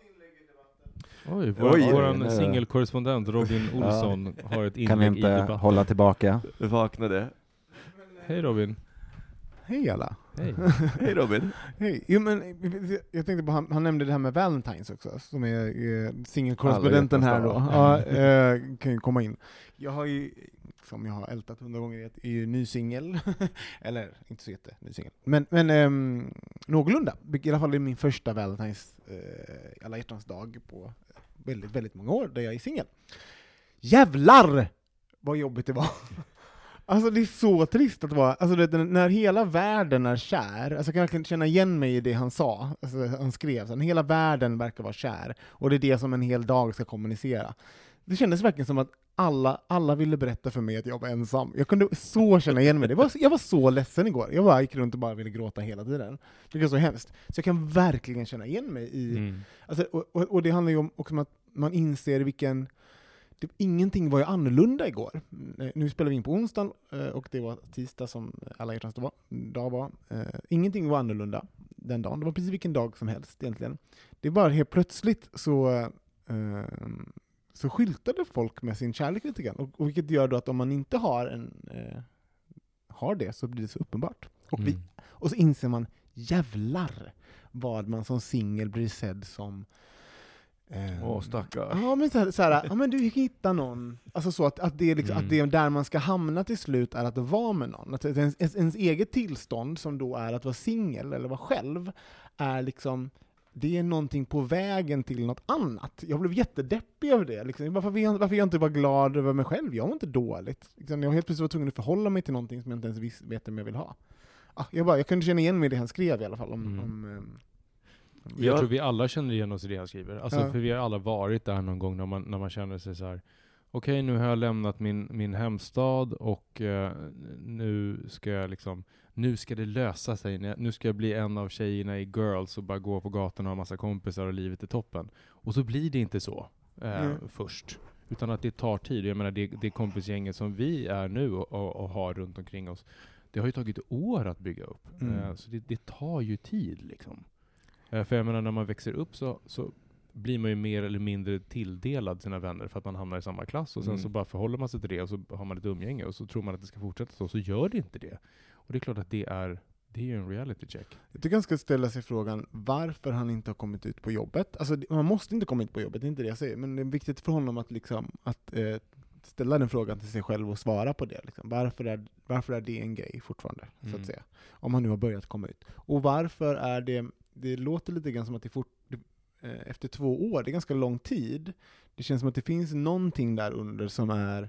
Oj, vår, Oj, våran singelkorrespondent Robin Olsson ja. har ett inlägg kan vi inte i debatten. Hålla tillbaka. Vaknade. Hej Robin. Hej alla. Hej. Hej Robin. Hej. Jo, men jag tänkte på, han, han nämnde det här med Valentines också, som är, är singelkorrespondenten här då. Ja, äh, kan ju komma in. Jag har ju, som jag har ältat hundra gånger, är ju ny singel. Eller, inte så jätte ny singel. Men, men ähm, någorlunda. I alla fall är det min första Valentines äh, alla hjärtans dag på väldigt, väldigt många år där jag är singel. Jävlar vad jobbigt det var. Alltså det är så trist att vara, alltså det, när hela världen är kär, alltså jag kan verkligen känna igen mig i det han sa, alltså han skrev så, hela världen verkar vara kär, och det är det som en hel dag ska kommunicera. Det kändes verkligen som att alla, alla ville berätta för mig att jag var ensam. Jag kunde så känna igen mig. Det var, jag var så ledsen igår. Jag bara gick runt och bara ville gråta hela tiden. Det var så hemskt. Så jag kan verkligen känna igen mig i... Mm. Alltså, och, och, och det handlar ju om också om att man inser vilken... Det, ingenting var ju annorlunda igår. Nu spelar vi in på onsdagen och det var tisdag som alla hjärtans dag var. Dag var. Ingenting var annorlunda den dagen. Det var precis vilken dag som helst egentligen. Det är bara helt plötsligt så... Uh, så skyltade folk med sin kärlek lite grann. Och, och vilket gör då att om man inte har en eh, har det så blir det så uppenbart. Och, mm. vi, och så inser man, jävlar vad man som singel blir sedd som eh, åh, stackars. Ja, men så här, så här, ja, men du hittar någon. Alltså så att, att, det är liksom, mm. att det är där man ska hamna till slut är att vara med någon. Att ens, ens, ens eget tillstånd som då är att vara singel eller vara själv är liksom det är någonting på vägen till något annat. Jag blev jättedeppig över det. Liksom. Varför, jag, varför jag inte var glad över mig själv? Jag var inte dåligt. Liksom. Jag var helt plötsligt var tvungen att förhålla mig till någonting som jag inte ens vis, vet om jag vill ha. Ah, jag, bara, jag kunde känna igen mig i det han skrev i alla fall. Om, mm. om, um, jag ja. tror vi alla känner igen oss i det han skriver. Alltså, ja. För vi har alla varit där någon gång när man, när man känner sig så här: okej, okay, nu har jag lämnat min, min hemstad och uh, nu ska jag liksom... Nu ska det lösa sig. Nu ska jag bli en av tjejerna i Girls och bara gå på gatan och ha massa kompisar och livet är toppen. Och så blir det inte så eh, mm. först. Utan att det tar tid. Jag menar, det, det kompisgänget som vi är nu och, och, och har runt omkring oss, det har ju tagit år att bygga upp. Mm. Eh, så det, det tar ju tid liksom. Eh, för jag menar, när man växer upp så, så blir man ju mer eller mindre tilldelad sina vänner för att man hamnar i samma klass. Och sen mm. så bara förhåller man sig till det och så har man ett umgänge och så tror man att det ska fortsätta så. Så gör det inte det. Och det är klart att det är, det är ju en reality check. Jag tycker han ska ställa sig frågan varför han inte har kommit ut på jobbet. Alltså man måste inte komma ut på jobbet, det är inte det jag säger. Men det är viktigt för honom att, liksom, att eh, ställa den frågan till sig själv och svara på det. Liksom. Varför, är, varför är det en grej fortfarande? Mm. Så att säga. Om han nu har börjat komma ut. Och varför är det, det låter lite grann som att det fort, eh, efter två år, det är ganska lång tid. Det känns som att det finns någonting där under som är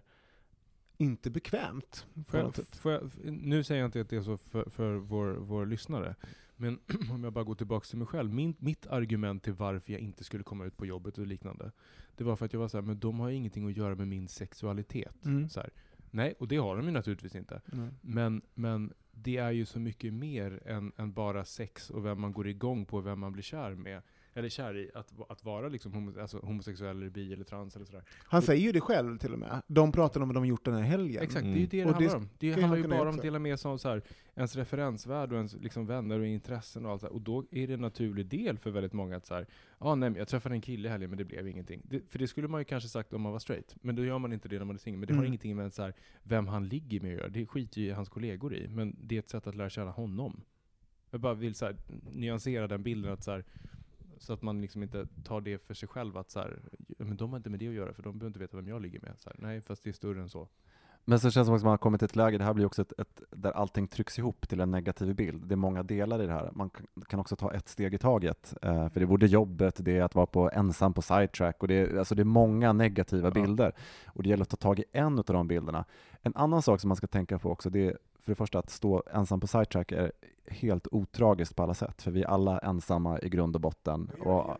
inte bekvämt. Får jag, får jag, nu säger jag inte att det är så för, för vår, vår lyssnare, men om jag bara går tillbaka till mig själv. Min, mitt argument till varför jag inte skulle komma ut på jobbet och liknande, det var för att jag var så här, men de har ingenting att göra med min sexualitet. Mm. Så här. Nej, och det har de ju naturligtvis inte. Mm. Men, men det är ju så mycket mer än, än bara sex och vem man går igång på och vem man blir kär med. Eller kär i att, att vara liksom homo, alltså homosexuell eller bi eller trans eller sådär. Han säger ju det själv till och med. De pratar om vad de har gjort den här helgen. Exakt, mm. det är ju det det och handlar det om. Det handlar ju bara om att dela med sig av så här, ens referensvärld och ens liksom vänner och intressen och allt så här. Och då är det en naturlig del för väldigt många att så här, ah, nej, jag träffade en kille i helgen men det blev ingenting. Det, för det skulle man ju kanske sagt om man var straight. Men då gör man inte det när man är singel. Men det mm. har ingenting med så här, vem han ligger med att göra. Det skiter ju hans kollegor i. Men det är ett sätt att lära känna honom. Jag bara vill så här, nyansera den bilden att så här, så att man liksom inte tar det för sig själv att så här, men de har inte med det att göra för de behöver inte veta vem jag ligger med. Så här, nej, fast det är större än så. Men så känns det som att man har kommit till ett läge, det här blir också ett, ett, där allting trycks ihop till en negativ bild. Det är många delar i det här. Man kan också ta ett steg i taget. Eh, för det är både jobbet, det är att vara på ensam på sidetrack och det är, alltså det är många negativa ja. bilder. Och det gäller att ta tag i en av de bilderna. En annan sak som man ska tänka på också, det är för det första att stå ensam på sidetrack är helt otragiskt på alla sätt. För vi är alla ensamma i grund och botten. Och,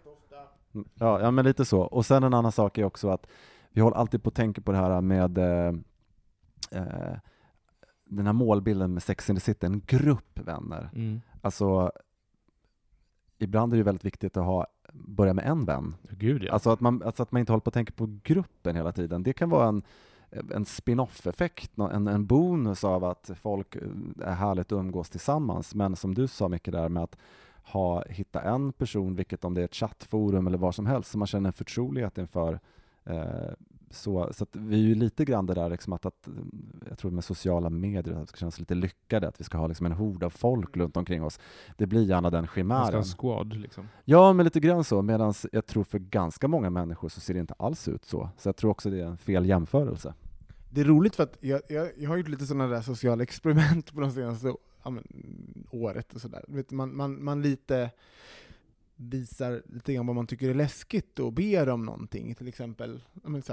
ja, ja, men lite så. Och sen en annan sak är också att vi håller alltid på att tänka på det här med eh, eh, den här målbilden med Sex and the City, en grupp vänner. Mm. Alltså, ibland är det väldigt viktigt att ha börja med en vän. Gud, ja. Alltså, att man, alltså att man inte håller på att tänka på gruppen hela tiden. Det kan vara en en spin-off-effekt, en, en bonus av att folk är härligt att umgås tillsammans. Men som du sa mycket där med att ha, hitta en person, vilket om det är ett chattforum eller vad som helst, som man känner en förtrolighet inför. Eh, så så att vi är ju lite grann det där liksom att, att jag tror med sociala medier att vi ska känna oss lite lyckade, att vi ska ha liksom en hord av folk runt omkring oss. Det blir gärna den chimären. En squad liksom. Ja, men lite grann så. Medan jag tror för ganska många människor så ser det inte alls ut så. Så jag tror också det är en fel jämförelse. Det är roligt för att jag, jag, jag har gjort lite sådana där sociala experiment på de senaste ja, men, året och sådär. Vet, man, man, man lite visar lite grann vad man tycker är läskigt och ber om någonting. Till exempel, ja, men så här,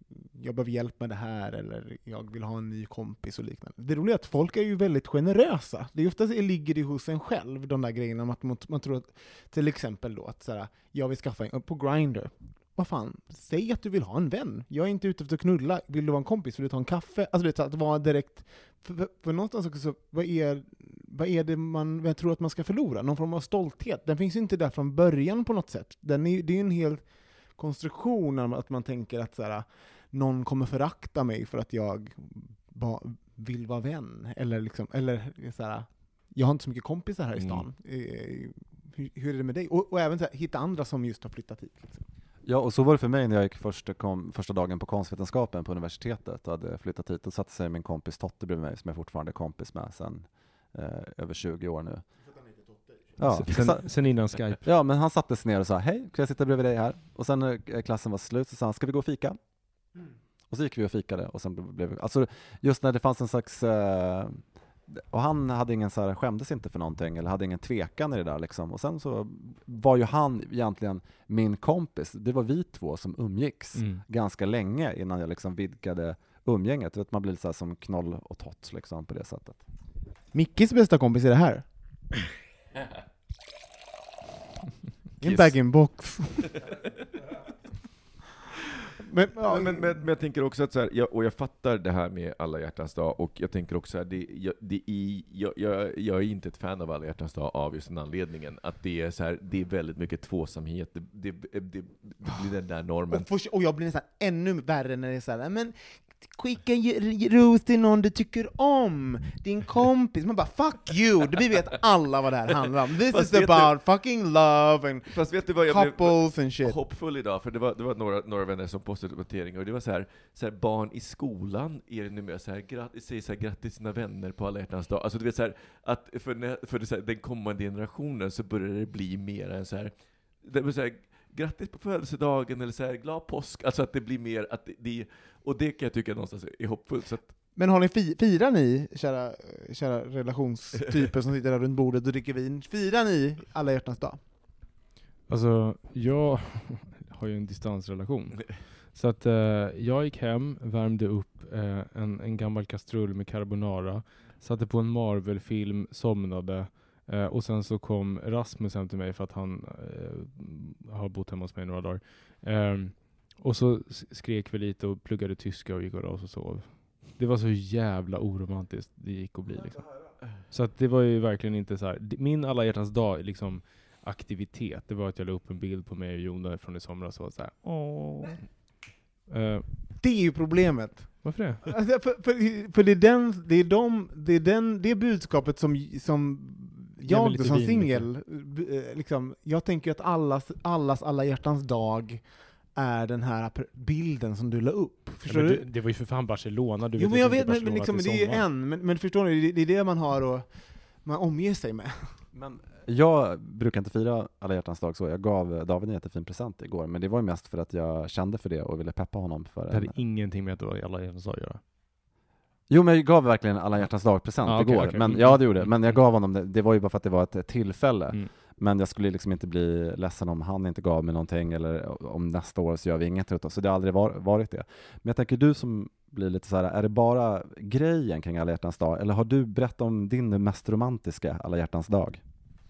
jag behöver hjälp med det här, eller jag vill ha en ny kompis och liknande. Det roliga är att folk är ju väldigt generösa. Det är oftast det ligger det hos en själv, de där grejerna om att man, man tror att, till exempel då, att såhär, jag vill skaffa en, på Grindr. Vad fan, säg att du vill ha en vän. Jag är inte ute efter att knulla. Vill du vara en kompis? Vill du ta en kaffe? Alltså det är att vara direkt, för, för, för någonstans också, vad är, vad är det man jag tror att man ska förlora? Någon form av stolthet. Den finns inte där från början på något sätt. Den är, det är en hel konstruktion att man tänker att såhär, någon kommer förakta mig för att jag ba, vill vara vän. Eller, liksom, eller såhär, jag har inte så mycket kompisar här i stan. Mm. Hur, hur är det med dig? Och, och även såhär, hitta andra som just har flyttat hit. Liksom. Ja, och så var det för mig när jag gick första, kom, första dagen på konstvetenskapen på universitetet och hade flyttat hit. Och satte sig min kompis Totte bredvid mig, som jag fortfarande är kompis med sedan eh, över tjugo år nu. Ja, sen, sen innan Skype. Ja, men han satte sig ner och sa, hej, kan jag sitta bredvid dig här? Och sen när klassen var slut så sa han, ska vi gå och fika? Mm. Och så gick vi och fikade. Och sen blev, alltså just när det fanns en slags... Eh, och han hade ingen så här, skämdes inte för någonting eller hade ingen tvekan i det där liksom. Och sen så var ju han egentligen min kompis. Det var vi två som umgicks mm. ganska länge innan jag liksom vidgade umgänget. Att man blir lite så här som Knoll och Tots liksom på det sättet. Mickis bästa kompis är det här. En bag-in-box. Men, ja, men, men, men jag tänker också att så här, jag, och jag fattar det här med alla hjärtans dag, och jag tänker också att det, jag, det är, jag, jag, jag är inte ett fan av alla hjärtans dag av just den anledningen att det är så här, det är väldigt mycket tvåsamhet, det, det, det, det blir den där normen. Och, för, och jag blir nästan ännu värre när det är så här, men skicka ros till någon du tycker om, din kompis. Man bara, fuck you, vi vet alla vad det här handlar om. This Fast is about du, fucking love and Fast vet du vad, jag couples blev and shit. Hoppfull idag, för det var, det var några, några vänner som postade uppdateringar, och det var så här, så här, barn i skolan är det numera så här, grat, säger så här, grattis sina vänner på alla hjärtans dag. Alltså du vet så här, att för, för det, så här, den kommande generationen så börjar det bli mer än så här, det vill säga grattis på födelsedagen eller så här, glad påsk, alltså att det blir mer att det, det, och det kan jag tycka någonstans är hoppfullt. Så att... Men har ni fi, firar ni, kära, kära relationstyper som sitter där runt bordet och dricker vin, firar ni alla hjärtans dag? Alltså, jag har ju en distansrelation. Så att eh, jag gick hem, värmde upp eh, en, en gammal kastrull med carbonara, satte på en Marvel-film, somnade. Uh, och sen så kom Rasmus hem till mig för att han uh, har bott hemma hos mig några dagar. Um, och så skrek vi lite och pluggade tyska och gick och oss och sov. Det var så jävla oromantiskt det gick att bli liksom. Så att det var ju verkligen inte så här. Min alla hjärtans dag liksom aktivitet, det var att jag la upp en bild på mig och Jona från i somras och var så här. Åh. Uh, det är ju problemet. Varför det? Alltså, för, för, för det är den, det är de, det är den, det budskapet som som jag då, som singel, liksom, jag tänker att allas, allas alla hjärtans dag är den här bilden som du la upp. Förstår ja, du? Det, det var ju för fan Barcelona. Du vet jo, men jag vet, men, men, liksom, det är ju en, men, men förstår ni, det, det är det man har och man omger sig med. Men jag brukar inte fira alla hjärtans dag så. Jag gav David en jättefin present igår, men det var ju mest för att jag kände för det och ville peppa honom för det. Det hade en... ingenting med att det var alla hjärtans dag att göra. Jo, men jag gav verkligen alla hjärtans dag present ah, okay, igår. Okay. Men, ja, det gjorde. Men jag gav honom det. Det var ju bara för att det var ett tillfälle. Mm. Men jag skulle liksom inte bli ledsen om han inte gav mig någonting, eller om nästa år så gör vi inget utav. Så det har aldrig var, varit det. Men jag tänker, du som blir lite så här, är det bara grejen kring alla hjärtans dag? Eller har du berättat om din mest romantiska alla hjärtans dag?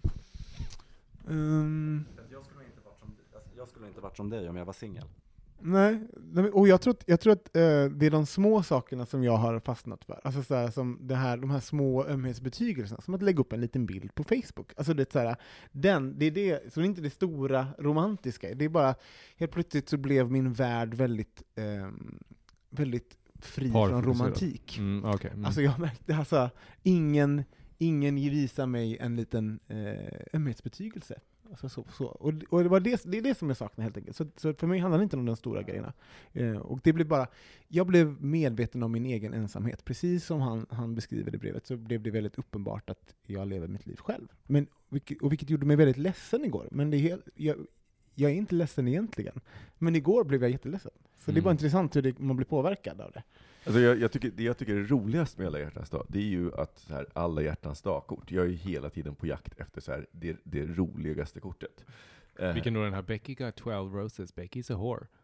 Um... Jag skulle inte varit som, jag skulle inte varit som dig om jag var singel. Nej, och jag tror, jag tror att eh, det är de små sakerna som jag har fastnat för. Alltså så här, som det här, de här små ömhetsbetygelserna, som att lägga upp en liten bild på Facebook. Alltså det är så här, den, det är det, så det är inte det stora romantiska. Det är bara, helt plötsligt så blev min värld väldigt, eh, väldigt fri Par från romantik. Mm, okay. mm. Alltså jag märkte, alltså, ingen, ingen visar mig en liten eh, ömhetsbetygelse. Alltså så, så. Och, och det, var det, det är det som jag saknar helt enkelt. Så, så för mig handlar det inte om de stora grejerna. Eh, och det blev bara, jag blev medveten om min egen ensamhet. Precis som han, han beskriver det i brevet, så blev det väldigt uppenbart att jag lever mitt liv själv. Men, vilket, och vilket gjorde mig väldigt ledsen igår. Men det är helt, jag, jag är inte ledsen egentligen. Men igår blev jag jätteledsen. Så mm. det är bara intressant hur det, man blir påverkad av det. Alltså jag, jag tycker, det jag tycker är roligast med alla hjärtans dag, det är ju att så här, alla hjärtans dagkort, jag är ju hela tiden på jakt efter så här, det, det roligaste kortet. Vilken då den här Becky got twelve roses, Becky's a whore.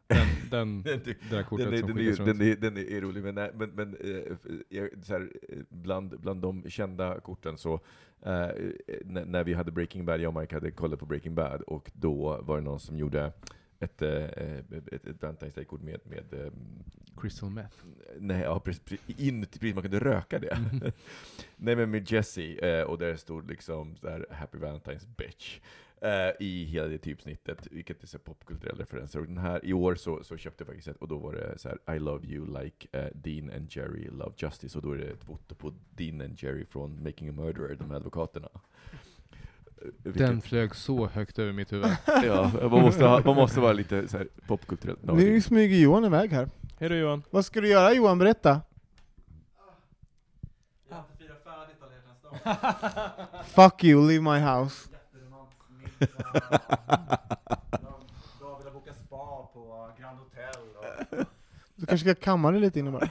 Den, den, den, det där kortet den, är, som den, skickas är, runt. den, är, den är rolig, men, nej, men, men eh, så här, bland, bland de kända korten så eh, när, när vi hade Breaking Bad, jag och Mike hade kollat på Breaking Bad, och då var det någon som gjorde ett, ett, ett, ett Valentine's Day-kort med, med um, Crystal meth. Nej, ja, precis, inuti, precis, man kunde röka det. Mm. Nej, men med Jesse, eh, och där stod liksom så här, Happy Valentine's bitch. Uh, i hela det typsnittet, vilket är så popkulturella referenser. Och den här, i år så, så köpte jag faktiskt ett, och då var det så här: I love you like uh, Dean and Jerry love justice, och då är det ett foto på Dean and Jerry från Making a Murderer, de här advokaterna. Uh, vilket... Den flög så högt över mitt huvud. Ja, man måste, ha, man måste vara lite så här popkulturellt. Nu smyger Johan iväg här. Hej då Johan. Vad ska du göra Johan, berätta? Jag har inte firat färdigt alla hjärtans dag. Fuck you, leave my house. Då vill jag boka spa på Grand Hotel. Och... Du kanske ska kamma dig lite innan bara.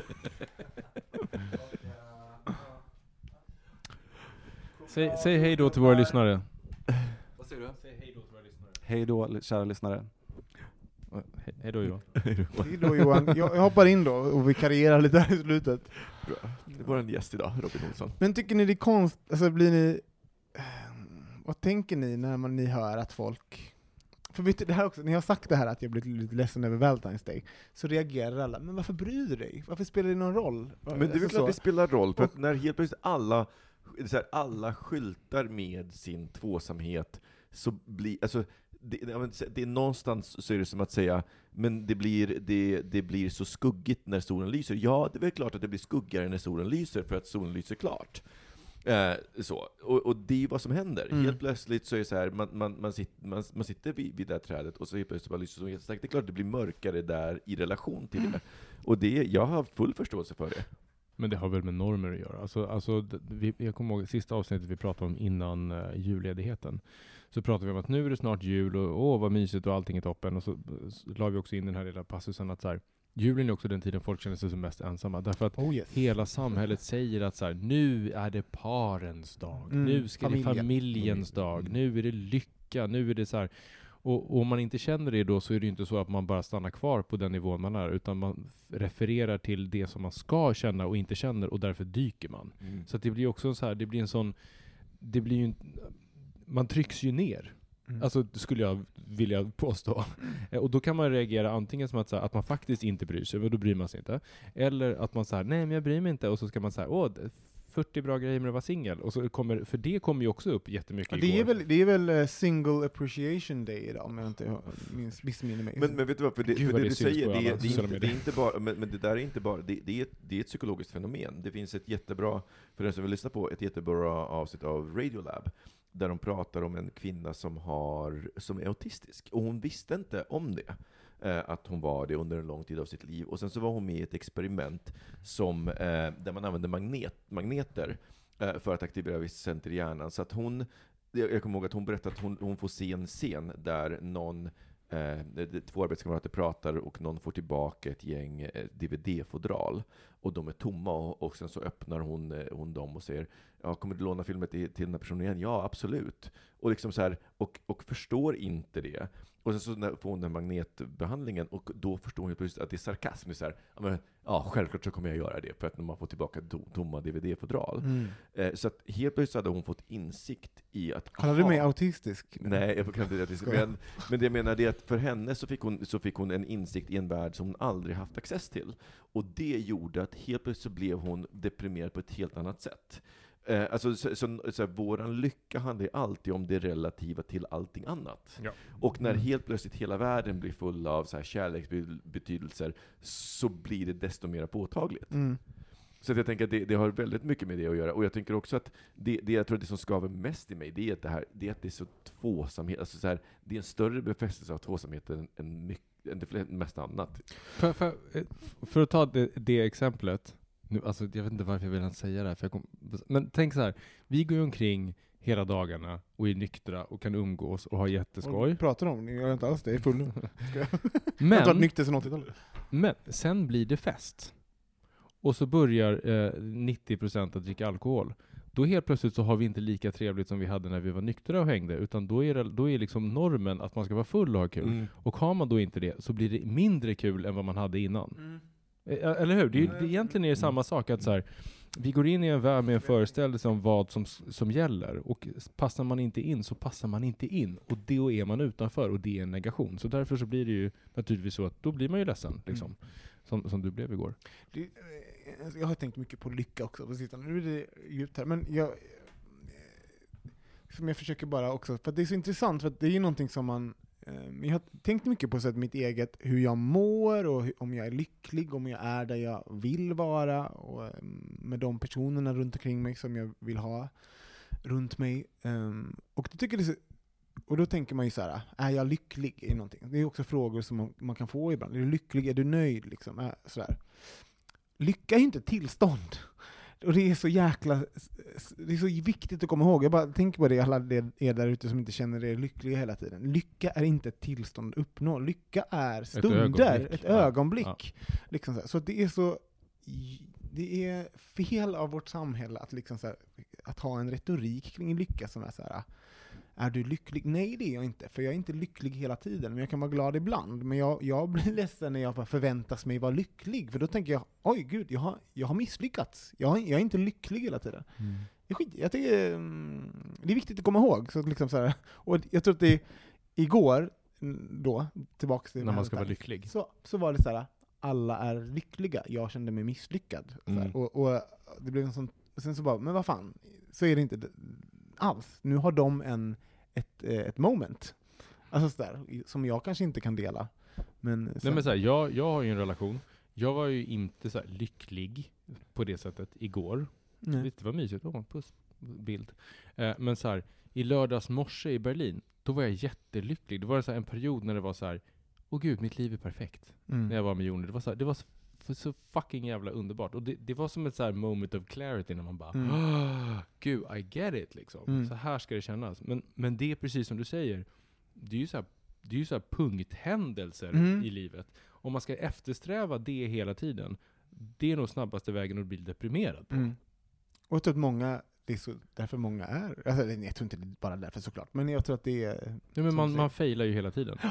Säg, säg hej då till våra lyssnare. Vad säger du? Säg hej då till våra lyssnare. Hej då, kära lyssnare. He- hej då Johan. Hej då Johan. Jag, jag hoppar in då och vikarierar lite här i slutet. Bra. Det var en gäst idag, Robin Olsson. Men tycker ni det är konst, alltså blir ni, vad tänker ni när man, ni hör att folk, för vet du, det här också, ni har sagt det här att jag blivit lite ledsen över Valentine's Day, så reagerar alla, men varför bryr du dig? Varför spelar det någon roll? Men det är väl klart det spelar roll, för att när helt plötsligt alla, så här, alla skyltar med sin tvåsamhet, så blir, alltså det, det är någonstans så är det som att säga, men det blir, det, det blir så skuggigt när solen lyser. Ja, det är väl klart att det blir skuggigare när solen lyser, för att solen lyser klart. Eh, så. Och, och det är vad som händer. Mm. Helt plötsligt så är det så här, man, man, man, sitter, man, man sitter vid, vid det här trädet, och så helt plötsligt bara lyser solen jättestarkt. Det är klart att det blir mörkare där i relation till mm. det. Och det, jag har full förståelse för det. Men det har väl med normer att göra. Alltså, alltså, vi, jag kommer ihåg sista avsnittet vi pratade om innan uh, julledigheten. Så pratade vi om att nu är det snart jul, och åh vad mysigt och allting är toppen. Och så, så la vi också in den här lilla passusen att så här, julen är också den tiden folk känner sig som mest ensamma. Därför att oh yes. hela samhället säger att så här, nu är det parens dag. Mm, nu ska familjen. det familjens dag. Mm. Nu är det lycka. Nu är det så här. Och, och om man inte känner det då, så är det inte så att man bara stannar kvar på den nivån man är, utan man refererar till det som man ska känna och inte känner, och därför dyker man. Mm. Så att det blir också så här, det blir en sån, det blir ju, man trycks ju ner. Mm. Alltså skulle jag vilja påstå. Mm. Och då kan man reagera antingen som att, så här, att man faktiskt inte bryr sig, och då bryr man sig inte. Eller att man säger nej men jag bryr mig inte, och så ska man säga åh fyrtio bra grejer med att vara singel. Och så kommer, för det kommer ju också upp jättemycket ja, det igår. är väl, det är väl uh, Single Appreciation Day idag, om jag inte minns, missminner mig. Men, men vet du vad, för det, Gud, för det, det du säger, det, det, det, inte, det är inte bara, men, men det där är inte bara, det, det, är ett, det är ett psykologiskt fenomen. Det finns ett jättebra, för den som vill lyssna på, ett jättebra avsnitt av Radiolab, där de pratar om en kvinna som, har, som är autistisk. Och hon visste inte om det. Eh, att hon var det under en lång tid av sitt liv. Och sen så var hon med i ett experiment som, eh, där man använde magnet, magneter eh, för att aktivera vissa center i hjärnan. Så att hon, jag, jag kommer ihåg att hon berättade att hon, hon får se en scen där någon, eh, två arbetskamrater pratar, och någon får tillbaka ett gäng eh, D V D-fodral. Och de är tomma, och, och sen så öppnar hon, eh, hon dem och säger, ja, kommer du låna filmet till, till den här personen igen? Ja, absolut. Och, liksom så här, och, och förstår inte det. Och sen så får hon den magnetbehandlingen, och då förstår hon ju plötsligt att det är sarkasm. Så här, ja, men, ja, självklart så kommer jag göra det, för att när man får tillbaka to- tomma D V D-fodral. Mm. Eh, så att helt plötsligt hade hon fått insikt i att... Kallar du mig autistisk? Nej, jag kan inte autistisk. Men, men det jag menar är att för henne så fick, hon, så fick hon en insikt i en värld som hon aldrig haft access till. Och det gjorde att helt plötsligt så blev hon deprimerad på ett helt annat sätt. Eh, alltså, så, så, så här, våran lycka handlar alltid om det relativa till allting annat. Ja. Och när helt plötsligt hela världen blir full av så här kärleksbetydelser, så blir det desto mer påtagligt. Mm. Så att jag tänker att det, det har väldigt mycket med det att göra. Och jag tänker också att det, det jag tror att det som skaver mest i mig, det är att det, här, det, är, att det är så tvåsamhet. Alltså så här, det är en större befästelse av tvåsamheten än, mycket, än det mest annat. För, för, för att ta det, det exemplet, nu, alltså, jag vet inte varför jag vill säga det här, för jag kom, men tänk så här, vi går omkring hela dagarna och är nyktra och kan umgås och ha jätteskoj. Vad pratar om? Ni gör inte alls det, jag är full nu. Men, jag har varit nykter sedan åttiotalet. Men sen blir det fest. Och så börjar eh, nittio procent att dricka alkohol. Då då helt plötsligt så har vi inte lika trevligt som vi hade när vi var nyktra och hängde, utan då är det, då är liksom normen att man ska vara full och ha kul. Mm. Och har man då inte det så blir det mindre kul än vad man hade innan. Mm. Eller hur? Det är ju, det egentligen är det samma sak att så här, vi går in i en värld med en föreställelse om vad som, som gäller, och passar man inte in så passar man inte in, och då är man utanför, och det är en negation. Så därför så blir det ju naturligtvis så att då blir man ju ledsen liksom, mm. som, som du blev igår. Det, jag har tänkt mycket på lycka också på sistone. Nu är det djupt här, men jag som jag försöker bara också, för att det är så intressant, för att det är ju någonting som man jag har tänkt mycket på så att mitt eget, hur jag mår och hur, om jag är lycklig, om jag är där jag vill vara, och med de personerna runt omkring mig som jag vill ha runt mig. Um, och, det tycker det så, och då tänker man ju så här: är jag lycklig i någonting? Det är också frågor som man, man kan få ibland. Är du lycklig? Är du nöjd? Liksom? Äh, så där. Lycka är inte tillstånd. Och det är så jäkla, det är så viktigt att komma ihåg. Jag bara tänker på det, alla er där ute som inte känner er lyckliga hela tiden. Lycka är inte ett tillstånd att uppnå. Lycka är stunder, ett ögonblick. Ett ögonblick. Ja. Liksom så, så det är så, det är fel av vårt samhälle att, liksom så här, att ha en retorik kring lycka som är så här: är du lycklig? Nej, det är jag inte. För jag är inte lycklig hela tiden. Men jag kan vara glad ibland. Men jag, jag blir ledsen när jag bara förväntas mig vara lycklig. För då tänker jag, oj gud, jag har, jag har misslyckats. Jag, har, jag är inte lycklig hela tiden. Mm. Jag, skit, jag tycker mm, det är viktigt att komma ihåg. Så liksom så här, och jag tror att det igår, då, tillbaka till när man ska vara lycklig. Så, så var det så här: alla är lyckliga. Jag kände mig misslyckad. Så här, mm. och, och det blev en sån, sen så bara, men vad fan, så är det inte alls. Nu har de en ett, ett moment. Alltså sådär, som jag kanske inte kan dela. Men, sen... Nej, men så här, jag, jag har ju en relation. Jag var ju inte så här lycklig på det sättet igår. Nej. Det var mysigt. Oh, puss, bild. Eh, men så här, i lördags morse i Berlin, då var jag jättelycklig. Det var så här en period när det var så här: åh gud, mitt liv är perfekt. Mm. När jag var med Jonas. Det var så här, det var så, så fucking jävla underbart. Och det, det var som ett så här moment of clarity när man bara, mm. oh, gud, I get it liksom. Mm. Så här ska det kännas. Men, men det är precis som du säger. Det är ju så här, det är ju så här punkthändelser mm. i livet. Om man ska eftersträva det hela tiden, det är nog snabbaste vägen att bli deprimerad på. Mm. Och jag tror att många, det är så därför många är, alltså, jag tror inte det är bara därför såklart, men jag tror att det är... Ja, men man, man failar ju hela tiden.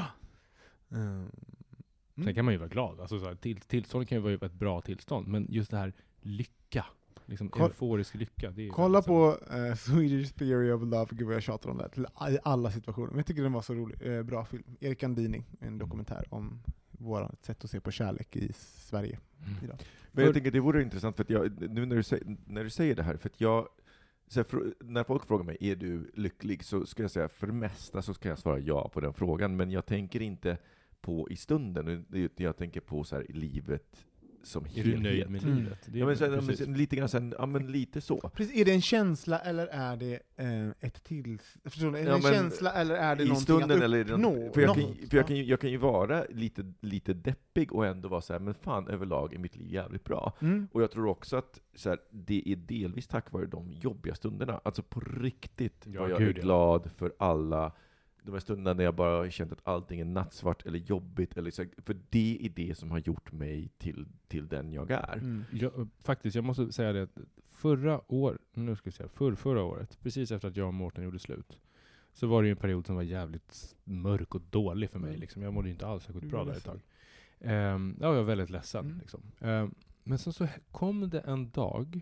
Mm. Sen kan man ju vara glad. Alltså, så här, till, tillstånd kan ju vara ett bra tillstånd, men just det här lycka, liksom Koll, euforisk lycka. Det är kolla på uh, Swedish Theory of Love, gud vad jag tjatar om det till i alla situationer. Men jag tycker den var så rolig, uh, bra film. Erik Andini, en dokumentär om vårt sätt att se på kärlek i Sverige mm. idag. Men jag tänker det vore intressant, för att jag, nu när du, säger, när du säger det här, för att jag så för, när folk frågar mig, är du lycklig? Så ska jag säga, för det mesta så ska jag svara ja på den frågan, men jag tänker inte på i stunden, jag tänker på så här i livet som helhet. Är du nöjd med livet? Mm. Ja, men så, men, lite grann sen, ja men lite så. Precis, är det en känsla eller är det eh, ett till förstår du? Är det ja, en känsla eller är det i någonting stunden att eller uppnå? För jag kan, för jag kan ju, jag kan ju vara lite lite deppig och ändå vara så här, men fan överlag är mitt liv jävligt bra. Mm. Och jag tror också att så här, det är delvis tack vare de jobbiga stunderna. Alltså på riktigt ja, var jag gud, är glad ja. för alla de här stunderna när jag bara har känt att allting är nattsvart eller jobbigt. Eller så, för det är det som har gjort mig till, till den jag är. Mm. Jag, faktiskt, jag måste säga det att förra år, nu ska jag säga, för, förra året, precis efter att jag och Mårten gjorde slut, så var det ju en period som var jävligt mörk och dålig för mig. Mm. Liksom. Jag mådde inte alls särskilt bra där ett tag. Um, jag var väldigt ledsen. Mm. Liksom. Um, men sen så kom det en dag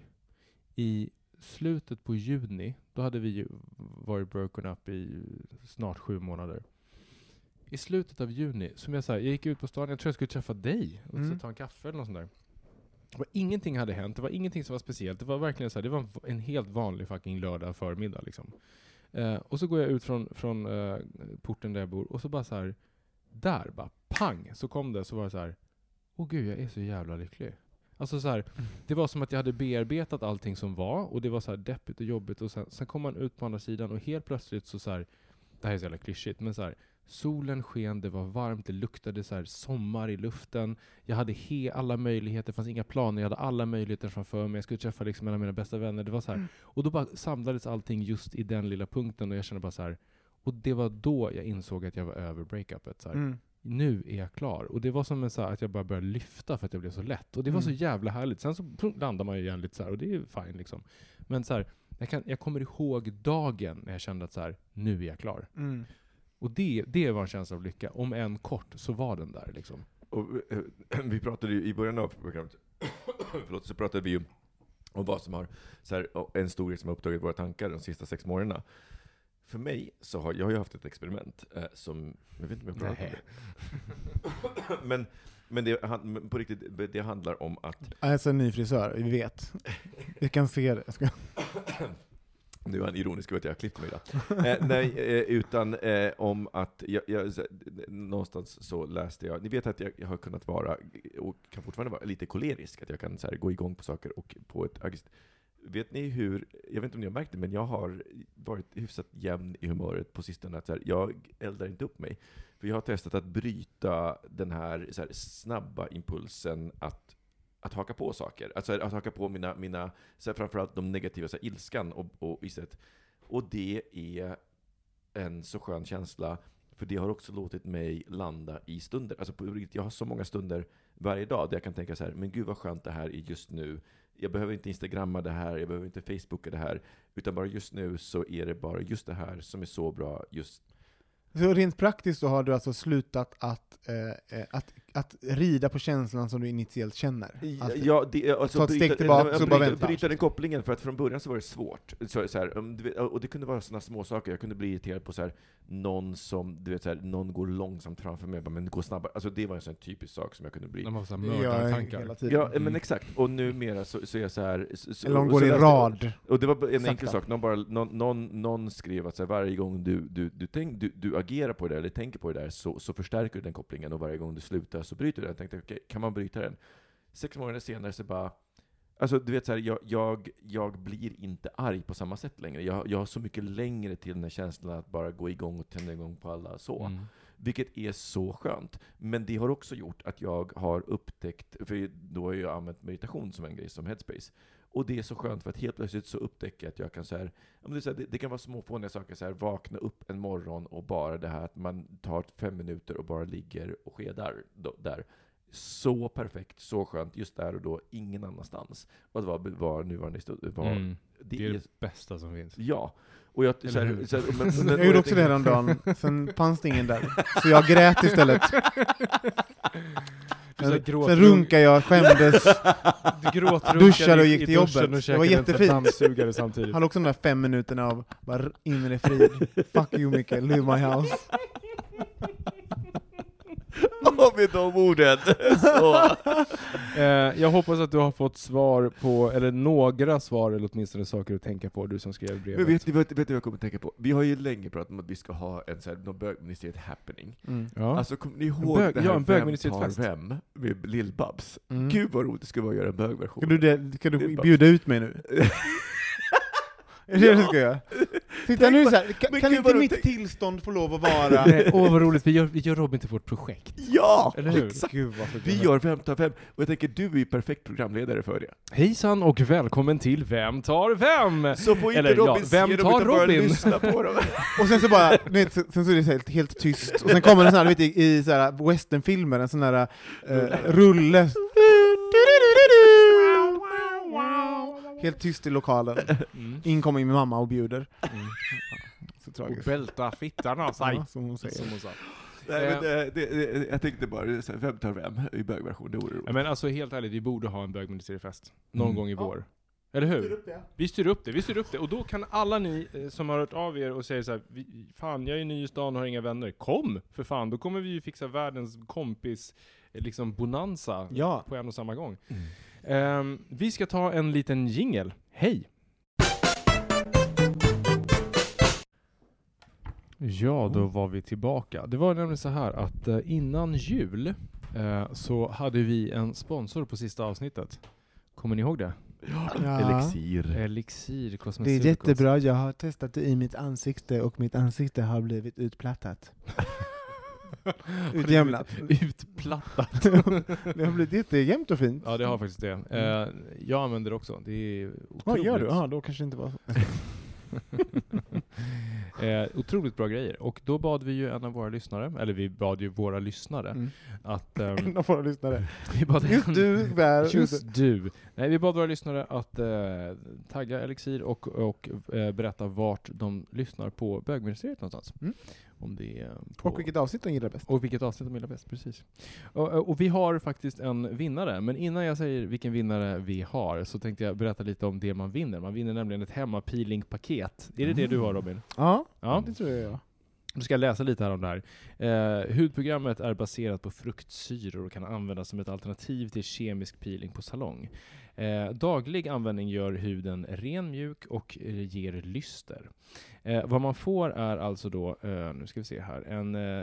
i slutet på juni, då hade vi ju varit broken up i snart sju månader. I slutet av juni, som jag sa, jag gick ut på stan, jag tror jag skulle träffa dig och mm. ta en kaffe eller något sånt där. Det var ingenting hade hänt, det var ingenting som var speciellt. Det var verkligen så här, det var en helt vanlig fucking lördag förmiddag liksom. Eh, och så går jag ut från, från eh, porten där jag bor och så bara så här, där bara pang, så kom det, så var det så här, åh gud, jag är så jävla lycklig. Alltså så här, det var som att jag hade bearbetat allting som var, och det var så här deppigt och jobbigt, och sen, sen kom man ut på andra sidan och helt plötsligt så så här, det här är så jävla klyschigt, men så här, solen sken, det var varmt, det luktade så här sommar i luften, jag hade he alla möjligheter, det fanns inga planer, jag hade alla möjligheter framför mig, jag skulle träffa liksom en av mina bästa vänner, det var så här, mm. och då bara samlades allting just i den lilla punkten, och jag kände bara så här, och det var då jag insåg att jag var över breakupet så här. Mm. Nu är jag klar. Och det var som en så här, att jag bara började lyfta för att jag blev så lätt. Och det var mm. så jävla härligt. Sen så landar man ju igen lite så här, och det är ju fine liksom. Men så här, Jag, kan, jag kommer ihåg dagen när jag kände att så här, nu är jag klar. Mm. Och det, det var en känsla av lycka. Om en kort så var den där liksom. Och, eh, vi pratade ju i början av programmet förlåt, så pratade vi ju om vad som har så här, en stor grej som har upptagit våra tankar de sista sex månaderna. För mig så har jag har ju haft ett experiment eh, som jag vet inte om jag pratar om det. men men det han, på riktigt det handlar om att alltså en ny frisör, vi vet. Vi kan se det. Jag ska... Nu är han ironisk över att jag har klippt mig idag. eh, nej, eh, utan eh, om att jag, jag, så, någonstans så läste jag, ni vet att jag, jag har kunnat vara, och kan fortfarande vara lite kolerisk, att jag kan så här, gå igång på saker och på ett aggressivt. Vet ni hur, jag vet inte om ni har märkt det, men jag har varit hyfsat jämn i humöret på sistone. Att så här, jag eldar inte upp mig. För jag har testat att bryta den här, så här snabba impulsen att att haka på saker. Alltså att haka på mina, mina så här, framförallt de negativa, så här, ilskan och, och istället. Och det är en så skön känsla, för det har också låtit mig landa i stunder. Alltså på riktigt, jag har så många stunder varje dag där jag kan tänka så här, men gud vad skönt det här är just nu. Jag behöver inte Instagramma det här, jag behöver inte Facebooka det här, utan bara just nu så är det bara just det här som är så bra just. Så rent praktiskt så har du alltså slutat att, eh, att, att rida på känslan som du initiellt känner? Alltid. Ja, det, alltså, ta ett steg tillbaka och så bara vänta. Bryta den kopplingen, för att från början så var det svårt. Så, så här, och det kunde vara sådana små saker. Jag kunde bli irriterad på så här, någon som, du vet, så här, någon går långsamt framför mig, men det går snabbare. Alltså det var en sån typisk sak som jag kunde bli. De har så här mördartankar. Ja, men exakt. Och numera så, så är jag så här... Så, Eller de går i rad. Och det var en Sakta. enkel sak. Någon, bara, någon, någon, någon skrev att så här, varje gång du, du, du, tänk, du, du agerar på det där, eller tänker på det där, så, så förstärker du den kopplingen, och varje gång du slutar så bryter du den. Jag tänkte, okej, okay, kan man bryta den? Sex månader senare så bara... Alltså du vet så här, jag, jag, jag blir inte arg på samma sätt längre. Jag, jag har så mycket längre till den här känslan att bara gå igång och tända igång på alla så. Mm. Vilket är så skönt. Men det har också gjort att jag har upptäckt, för då har jag använt meditation som en grej, som Headspace. Och det är så skönt, för att helt plötsligt så upptäcker jag att jag kan så här, det, är så här, det, det kan vara små fåniga saker, så här, vakna upp en morgon och bara det här att man tar fem minuter och bara ligger och skedar då, där. Så perfekt, så skönt just där och då, ingen annanstans. Och det var, var nuvarande stund, var, mm. det, det är det bästa som finns. Ja. Och jag, så här, så här, men, men, jag gjorde också det häromdagen, sen fanns det ingen där. Så jag grät istället. Sen, sen runkade jag, skämdes, duschade och gick till jobbet. Och det var jättefint. Samtidigt. Han också de där fem minuterna av bara inre frid. Fuck you Mikael, leave my house. Och med de orden så. eh, jag hoppas att du har fått svar på, eller några svar, eller åtminstone saker att tänka på, du som skrev brevet. Men vet ni vet, vet vad jag kommer att tänka på? Vi har ju länge pratat om att vi ska ha en sån här, någon bögministeriet happening. Mm. Ja. Alltså kommer ni ihåg bög, det här ja, en Vem tar vem med Lill-Babs? Mm. Gud vad roligt det skulle vara att göra en bögversion. Kan du, det, kan du bjuda ut mig nu? Är det det du ska göra? Titta nu så här, kan, kan inte mitt tillstånd få lov att vara... Nej, åh vad roligt, vi gör, vi gör Robin till vårt projekt. Ja! Eller hur? Exakt. Gud, vi gör Vem tar vem? Och jag tänker, du är ju perfekt programledare för det. Hejsan och välkommen till Vem tar vem? Så får inte Eller, Robin ja, vem se tar dem, Robin? Lyssna på dem. Och sen så bara, vet, sen så är det helt, helt tyst. Och sen kommer en sån här, vet, i, i så här westernfilmer, en sån här uh, rulle. Helt tyst i lokalen. Mm. In kommer min mamma och bjuder. Mm. Så tragiskt. Och bälta fittan av sig. Ja, som hon säger. Som hon sa. Nej, men det, det, det, jag tänkte bara, så här, vem tar vem i bögversion? Det vore roligt. Ja, men alltså helt ärligt, vi borde ha en bögministeriefest någon mm. gång i vår. Ja. Eller hur? Styr upp det. Vi styr upp det, vi styr upp det. Och då kan alla ni eh, som har hört av er och säger så här, fan jag är ny i stan och har inga vänner. Kom, för fan, då kommer vi ju fixa världens kompis eh, liksom bonanza ja. på en och samma gång. Mm. Um, vi ska ta en liten jingle. Hej! Ja, då var vi tillbaka. Det var nämligen så här att uh, innan jul uh, så hade vi en sponsor på sista avsnittet. Kommer ni ihåg det? Ja. Elixir. Elixir Cosmeceuticals. Det är jättebra. Jag har testat det i mitt ansikte och mitt ansikte har blivit utplattat. Utjämnat. Utplattat. Det har blivit jättejämnt och fint. Ja, det har faktiskt det. Uh, jag använder det också. Det är Vad gör du? Ja, då kanske det inte var så. Eh, otroligt bra grejer. Och då bad vi ju en av våra lyssnare, eller vi bad ju våra lyssnare Mm. att... Um, En av våra lyssnare. vi bad Just du där. Just du. Nej, vi bad våra lyssnare att eh, tagga Elixir och, och eh, berätta vart de lyssnar på bögministeriet någonstans. Mm. Om det är på Och vilket avsnitt de gillar bäst. och vilket avsnitt de gillar bäst, precis. Och, och vi har faktiskt en vinnare, men innan jag säger vilken vinnare vi har så tänkte jag berätta lite om det man vinner. Man vinner nämligen ett hemmapeeling-paket. Är det det du har, Robin? Ja, Ja. det tror jag. Nu ska jag läsa lite här om det här. Eh, hudprogrammet är baserat på fruktsyror och kan användas som ett alternativ till kemisk peeling på salong. Eh, daglig användning gör huden ren, mjuk och eh, ger lyster. Eh, vad man får är alltså då, eh, nu ska vi se här, en eh,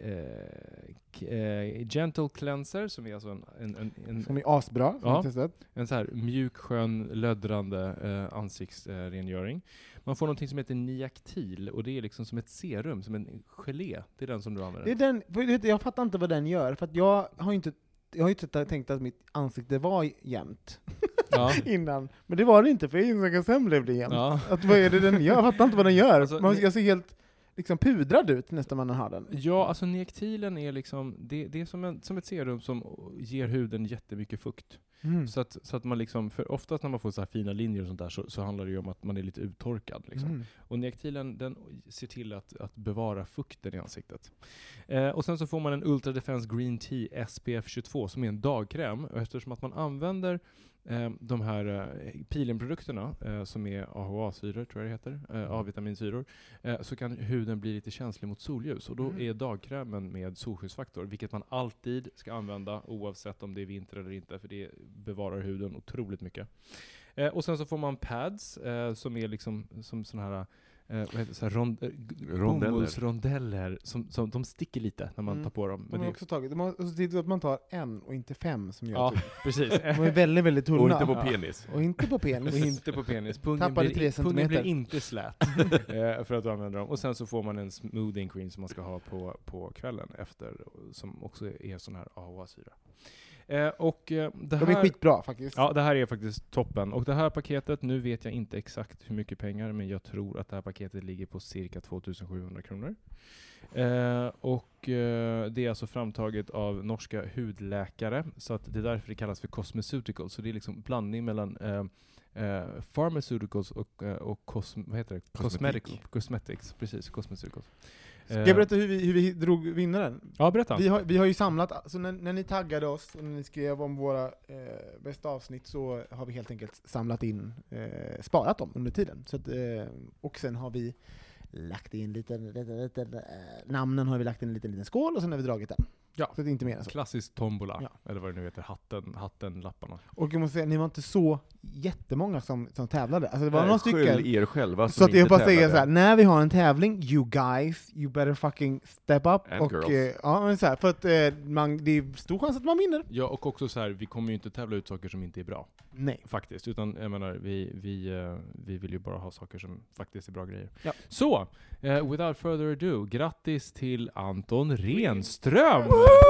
eh, k- eh, gentle cleanser som är alltså en, en, en, en Som är asbra. Som Ja. jag testat. en så här mjuk, skön, löddrande eh, ansiktsrengöring. Man får någonting som heter Niactil och det är liksom som ett serum, som en gelé. Det är den som du använder. Det är den, för vet du, jag fattar inte vad den gör, för att jag har ju inte jag har ju inte tänkt att mitt ansikte var jämnt Ja. innan. Men det var det inte, för jag insåg att sen blev det jämnt. Ja. Att, vad är det den gör? Jag fattar inte vad den gör. Alltså, Man, ni- jag ser helt liksom pudrad ut nästan man har den. Ja, alltså Niactilen är liksom, det, det är som, en, som ett serum som ger huden jättemycket fukt. Mm. Så att, så att man liksom, för oftast när man får så här fina linjer och sånt där så, så handlar det ju om att man är lite uttorkad. Liksom. Mm. Och Niactilen, den ser till att, att bevara fukten i ansiktet. Eh, och sen så får man en Ultra Defense Green Tea S P F tjugotvå som är en dagkräm. Och eftersom att man använder eh, de här eh, peeling-produkterna eh, som är A H A-syror, tror jag det heter, eh, A-vitaminsyror, eh, så kan huden bli lite känslig mot solljus. Och då Mm. är dagkrämen med solskyddsfaktor, vilket man alltid ska använda oavsett om det är vinter eller inte, för det bevarar huden otroligt mycket. Eh, och sen så får man pads eh, som är liksom som såna här Eh, vad heter det, så här rond, eh, Rondeller. bomullsrondeller som, som de sticker lite när man Mm. tar på dem. De Men har det, också tagit, de har också tittat att man tar en och inte fem som gör ja, typ. precis. De är väldigt, väldigt tunna. Och inte på Ja. penis. Och inte på penis. Och inte på penis. Pungen Tappade blir, tre pungen centimeter. blir inte slät eh, för att du använder dem. Och sen så får man en smoothing cream som man ska ha på, på kvällen efter, som också är sån här A H A-syra. Eh, och eh, det här, De är skitbra faktiskt. Ja, det här är faktiskt toppen. Och det här paketet, nu vet jag inte exakt hur mycket pengar, men jag tror att det här paketet ligger på cirka tvåtusen sjuhundra kronor. Eh, och eh, det är alltså framtaget av norska hudläkare, så att det är därför det kallas för cosmeceuticals. Så det är liksom blandning mellan eh, eh, pharmaceuticals och, eh, och cosm- vad heter det? Kosmetik. Cosmetic, cosmetics, precis, cosmeceuticals. Ska jag berätta hur vi, hur vi drog vinnaren? Ja, berätta. Vi har, vi har ju samlat, alltså när, när ni taggade oss och när ni skrev om våra eh, bästa avsnitt så har vi helt enkelt samlat in, eh, sparat dem under tiden. Så att, eh, och sen har vi lagt in liten, liten, liten eh, namnen har vi lagt in en liten, liten skål och sen har vi dragit den. Ja. Så det är inte mer än så. Klassisk tombola, Ja. eller vad det nu heter, hatten, hatten, lapparna. Och jag måste säga, ni var inte så jättemånga som, som tävlade. Alltså det var Nej, några skyll stycken. er själva Så som att jag inte bara säger tävlade. så här, när vi har en tävling, you guys, you better fucking step up. And Och, girls. eh, ja, men så här, för att eh, man, det är stor chans att man vinner. Ja, och också så här, vi kommer ju inte tävla ut saker som inte är bra. Nej. Faktiskt, utan jag menar, vi, vi, eh, vi vill ju bara ha saker som faktiskt är bra grejer. Ja. Så, eh, without further ado, grattis till Anton Renström!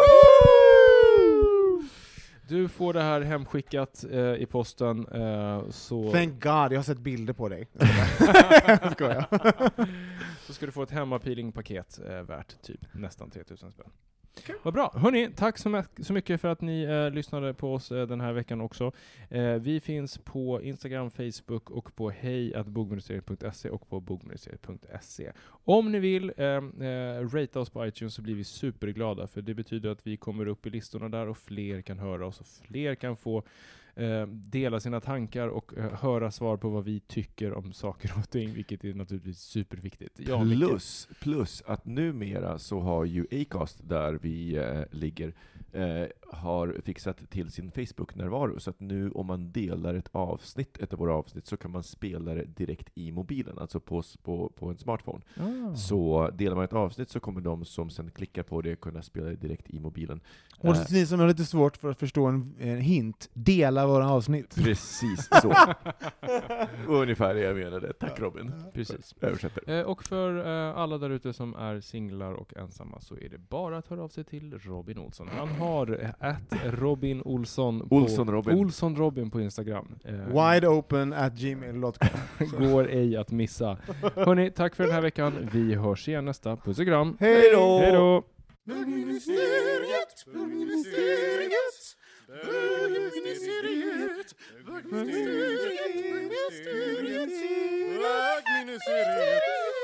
Du får det här hemskickat eh, i posten, eh, så, Thank God, jag har sett bilder på dig. Jag skojar. så ska du få ett hemmapeeling-paket eh, värt typ nästan tre tusen spänn. Vad bra. Hörni, tack så, my- så mycket för att ni eh, lyssnade på oss eh, den här veckan också. Eh, vi finns på Instagram, Facebook och på hej at bogministeriet punkt se och på bogministeriet punkt se. Om ni vill eh, eh, rata oss på iTunes så blir vi superglada, för det betyder att vi kommer upp i listorna där och fler kan höra oss och fler kan få eh, dela sina tankar och eh, höra svar på vad vi tycker om saker och ting, vilket är naturligtvis superviktigt. Ja, Micke. Plus, plus att numera så har ju Acast, där vi eh, ligger, eh, har fixat till sin Facebook-närvaro. Så att nu om man delar ett avsnitt, ett av våra avsnitt, så kan man spela det direkt i mobilen, alltså på, på, på en smartphone. Ah. Så delar man ett avsnitt så kommer de som sen klickar på det kunna spela det direkt i mobilen. Och Eh, ni som har lite svårt för att förstå en, en hint, dela våra avsnitt. Precis så. Ungefär det jag menade. Tack Robin. Precis. Översätter. Eh, och för eh, alla där ute som är singlar och ensamma så är det bara att höra av sig till Robin Olsson. Han har at Robin Olsson på Olsson Robin. Olsson Robin på Instagram. Eh, Wideopen at gmail dot com. går ej att missa. Hörni, tack för den här veckan. Vi hörs igen nästa. Puss och kram. Hej då! Hej då! Bögministeriet, bögministeriet, bögministeriet, bögministeriet, bögministeriet.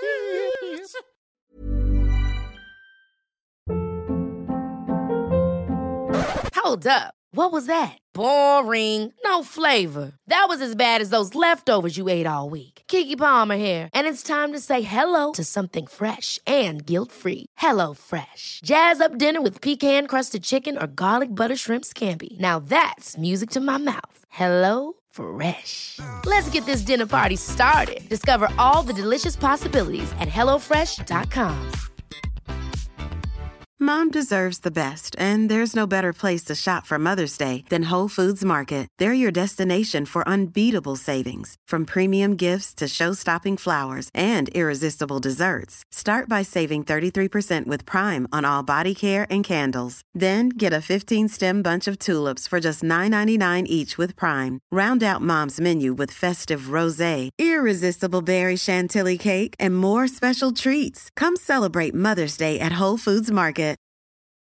Hold up. What was that? Boring. No flavor. That was as bad as those leftovers you ate all week. Keke Palmer here, and it's time to say hello to something fresh and guilt-free. Hello Fresh. Jazz up dinner with pecan-crusted chicken or garlic butter shrimp scampi. Now that's music to my mouth. Hello Fresh. Let's get this dinner party started. Discover all the delicious possibilities at hello fresh dot com. Mom deserves the best, and there's no better place to shop for Mother's Day than Whole Foods Market. They're your destination for unbeatable savings, from premium gifts to show-stopping flowers and irresistible desserts. Start by saving thirty-three percent with Prime on all body care and candles. Then get a fifteen-stem bunch of tulips for just nine ninety-nine each with Prime. Round out Mom's menu with festive rosé, irresistible berry chantilly cake, and more special treats. Come celebrate Mother's Day at Whole Foods Market.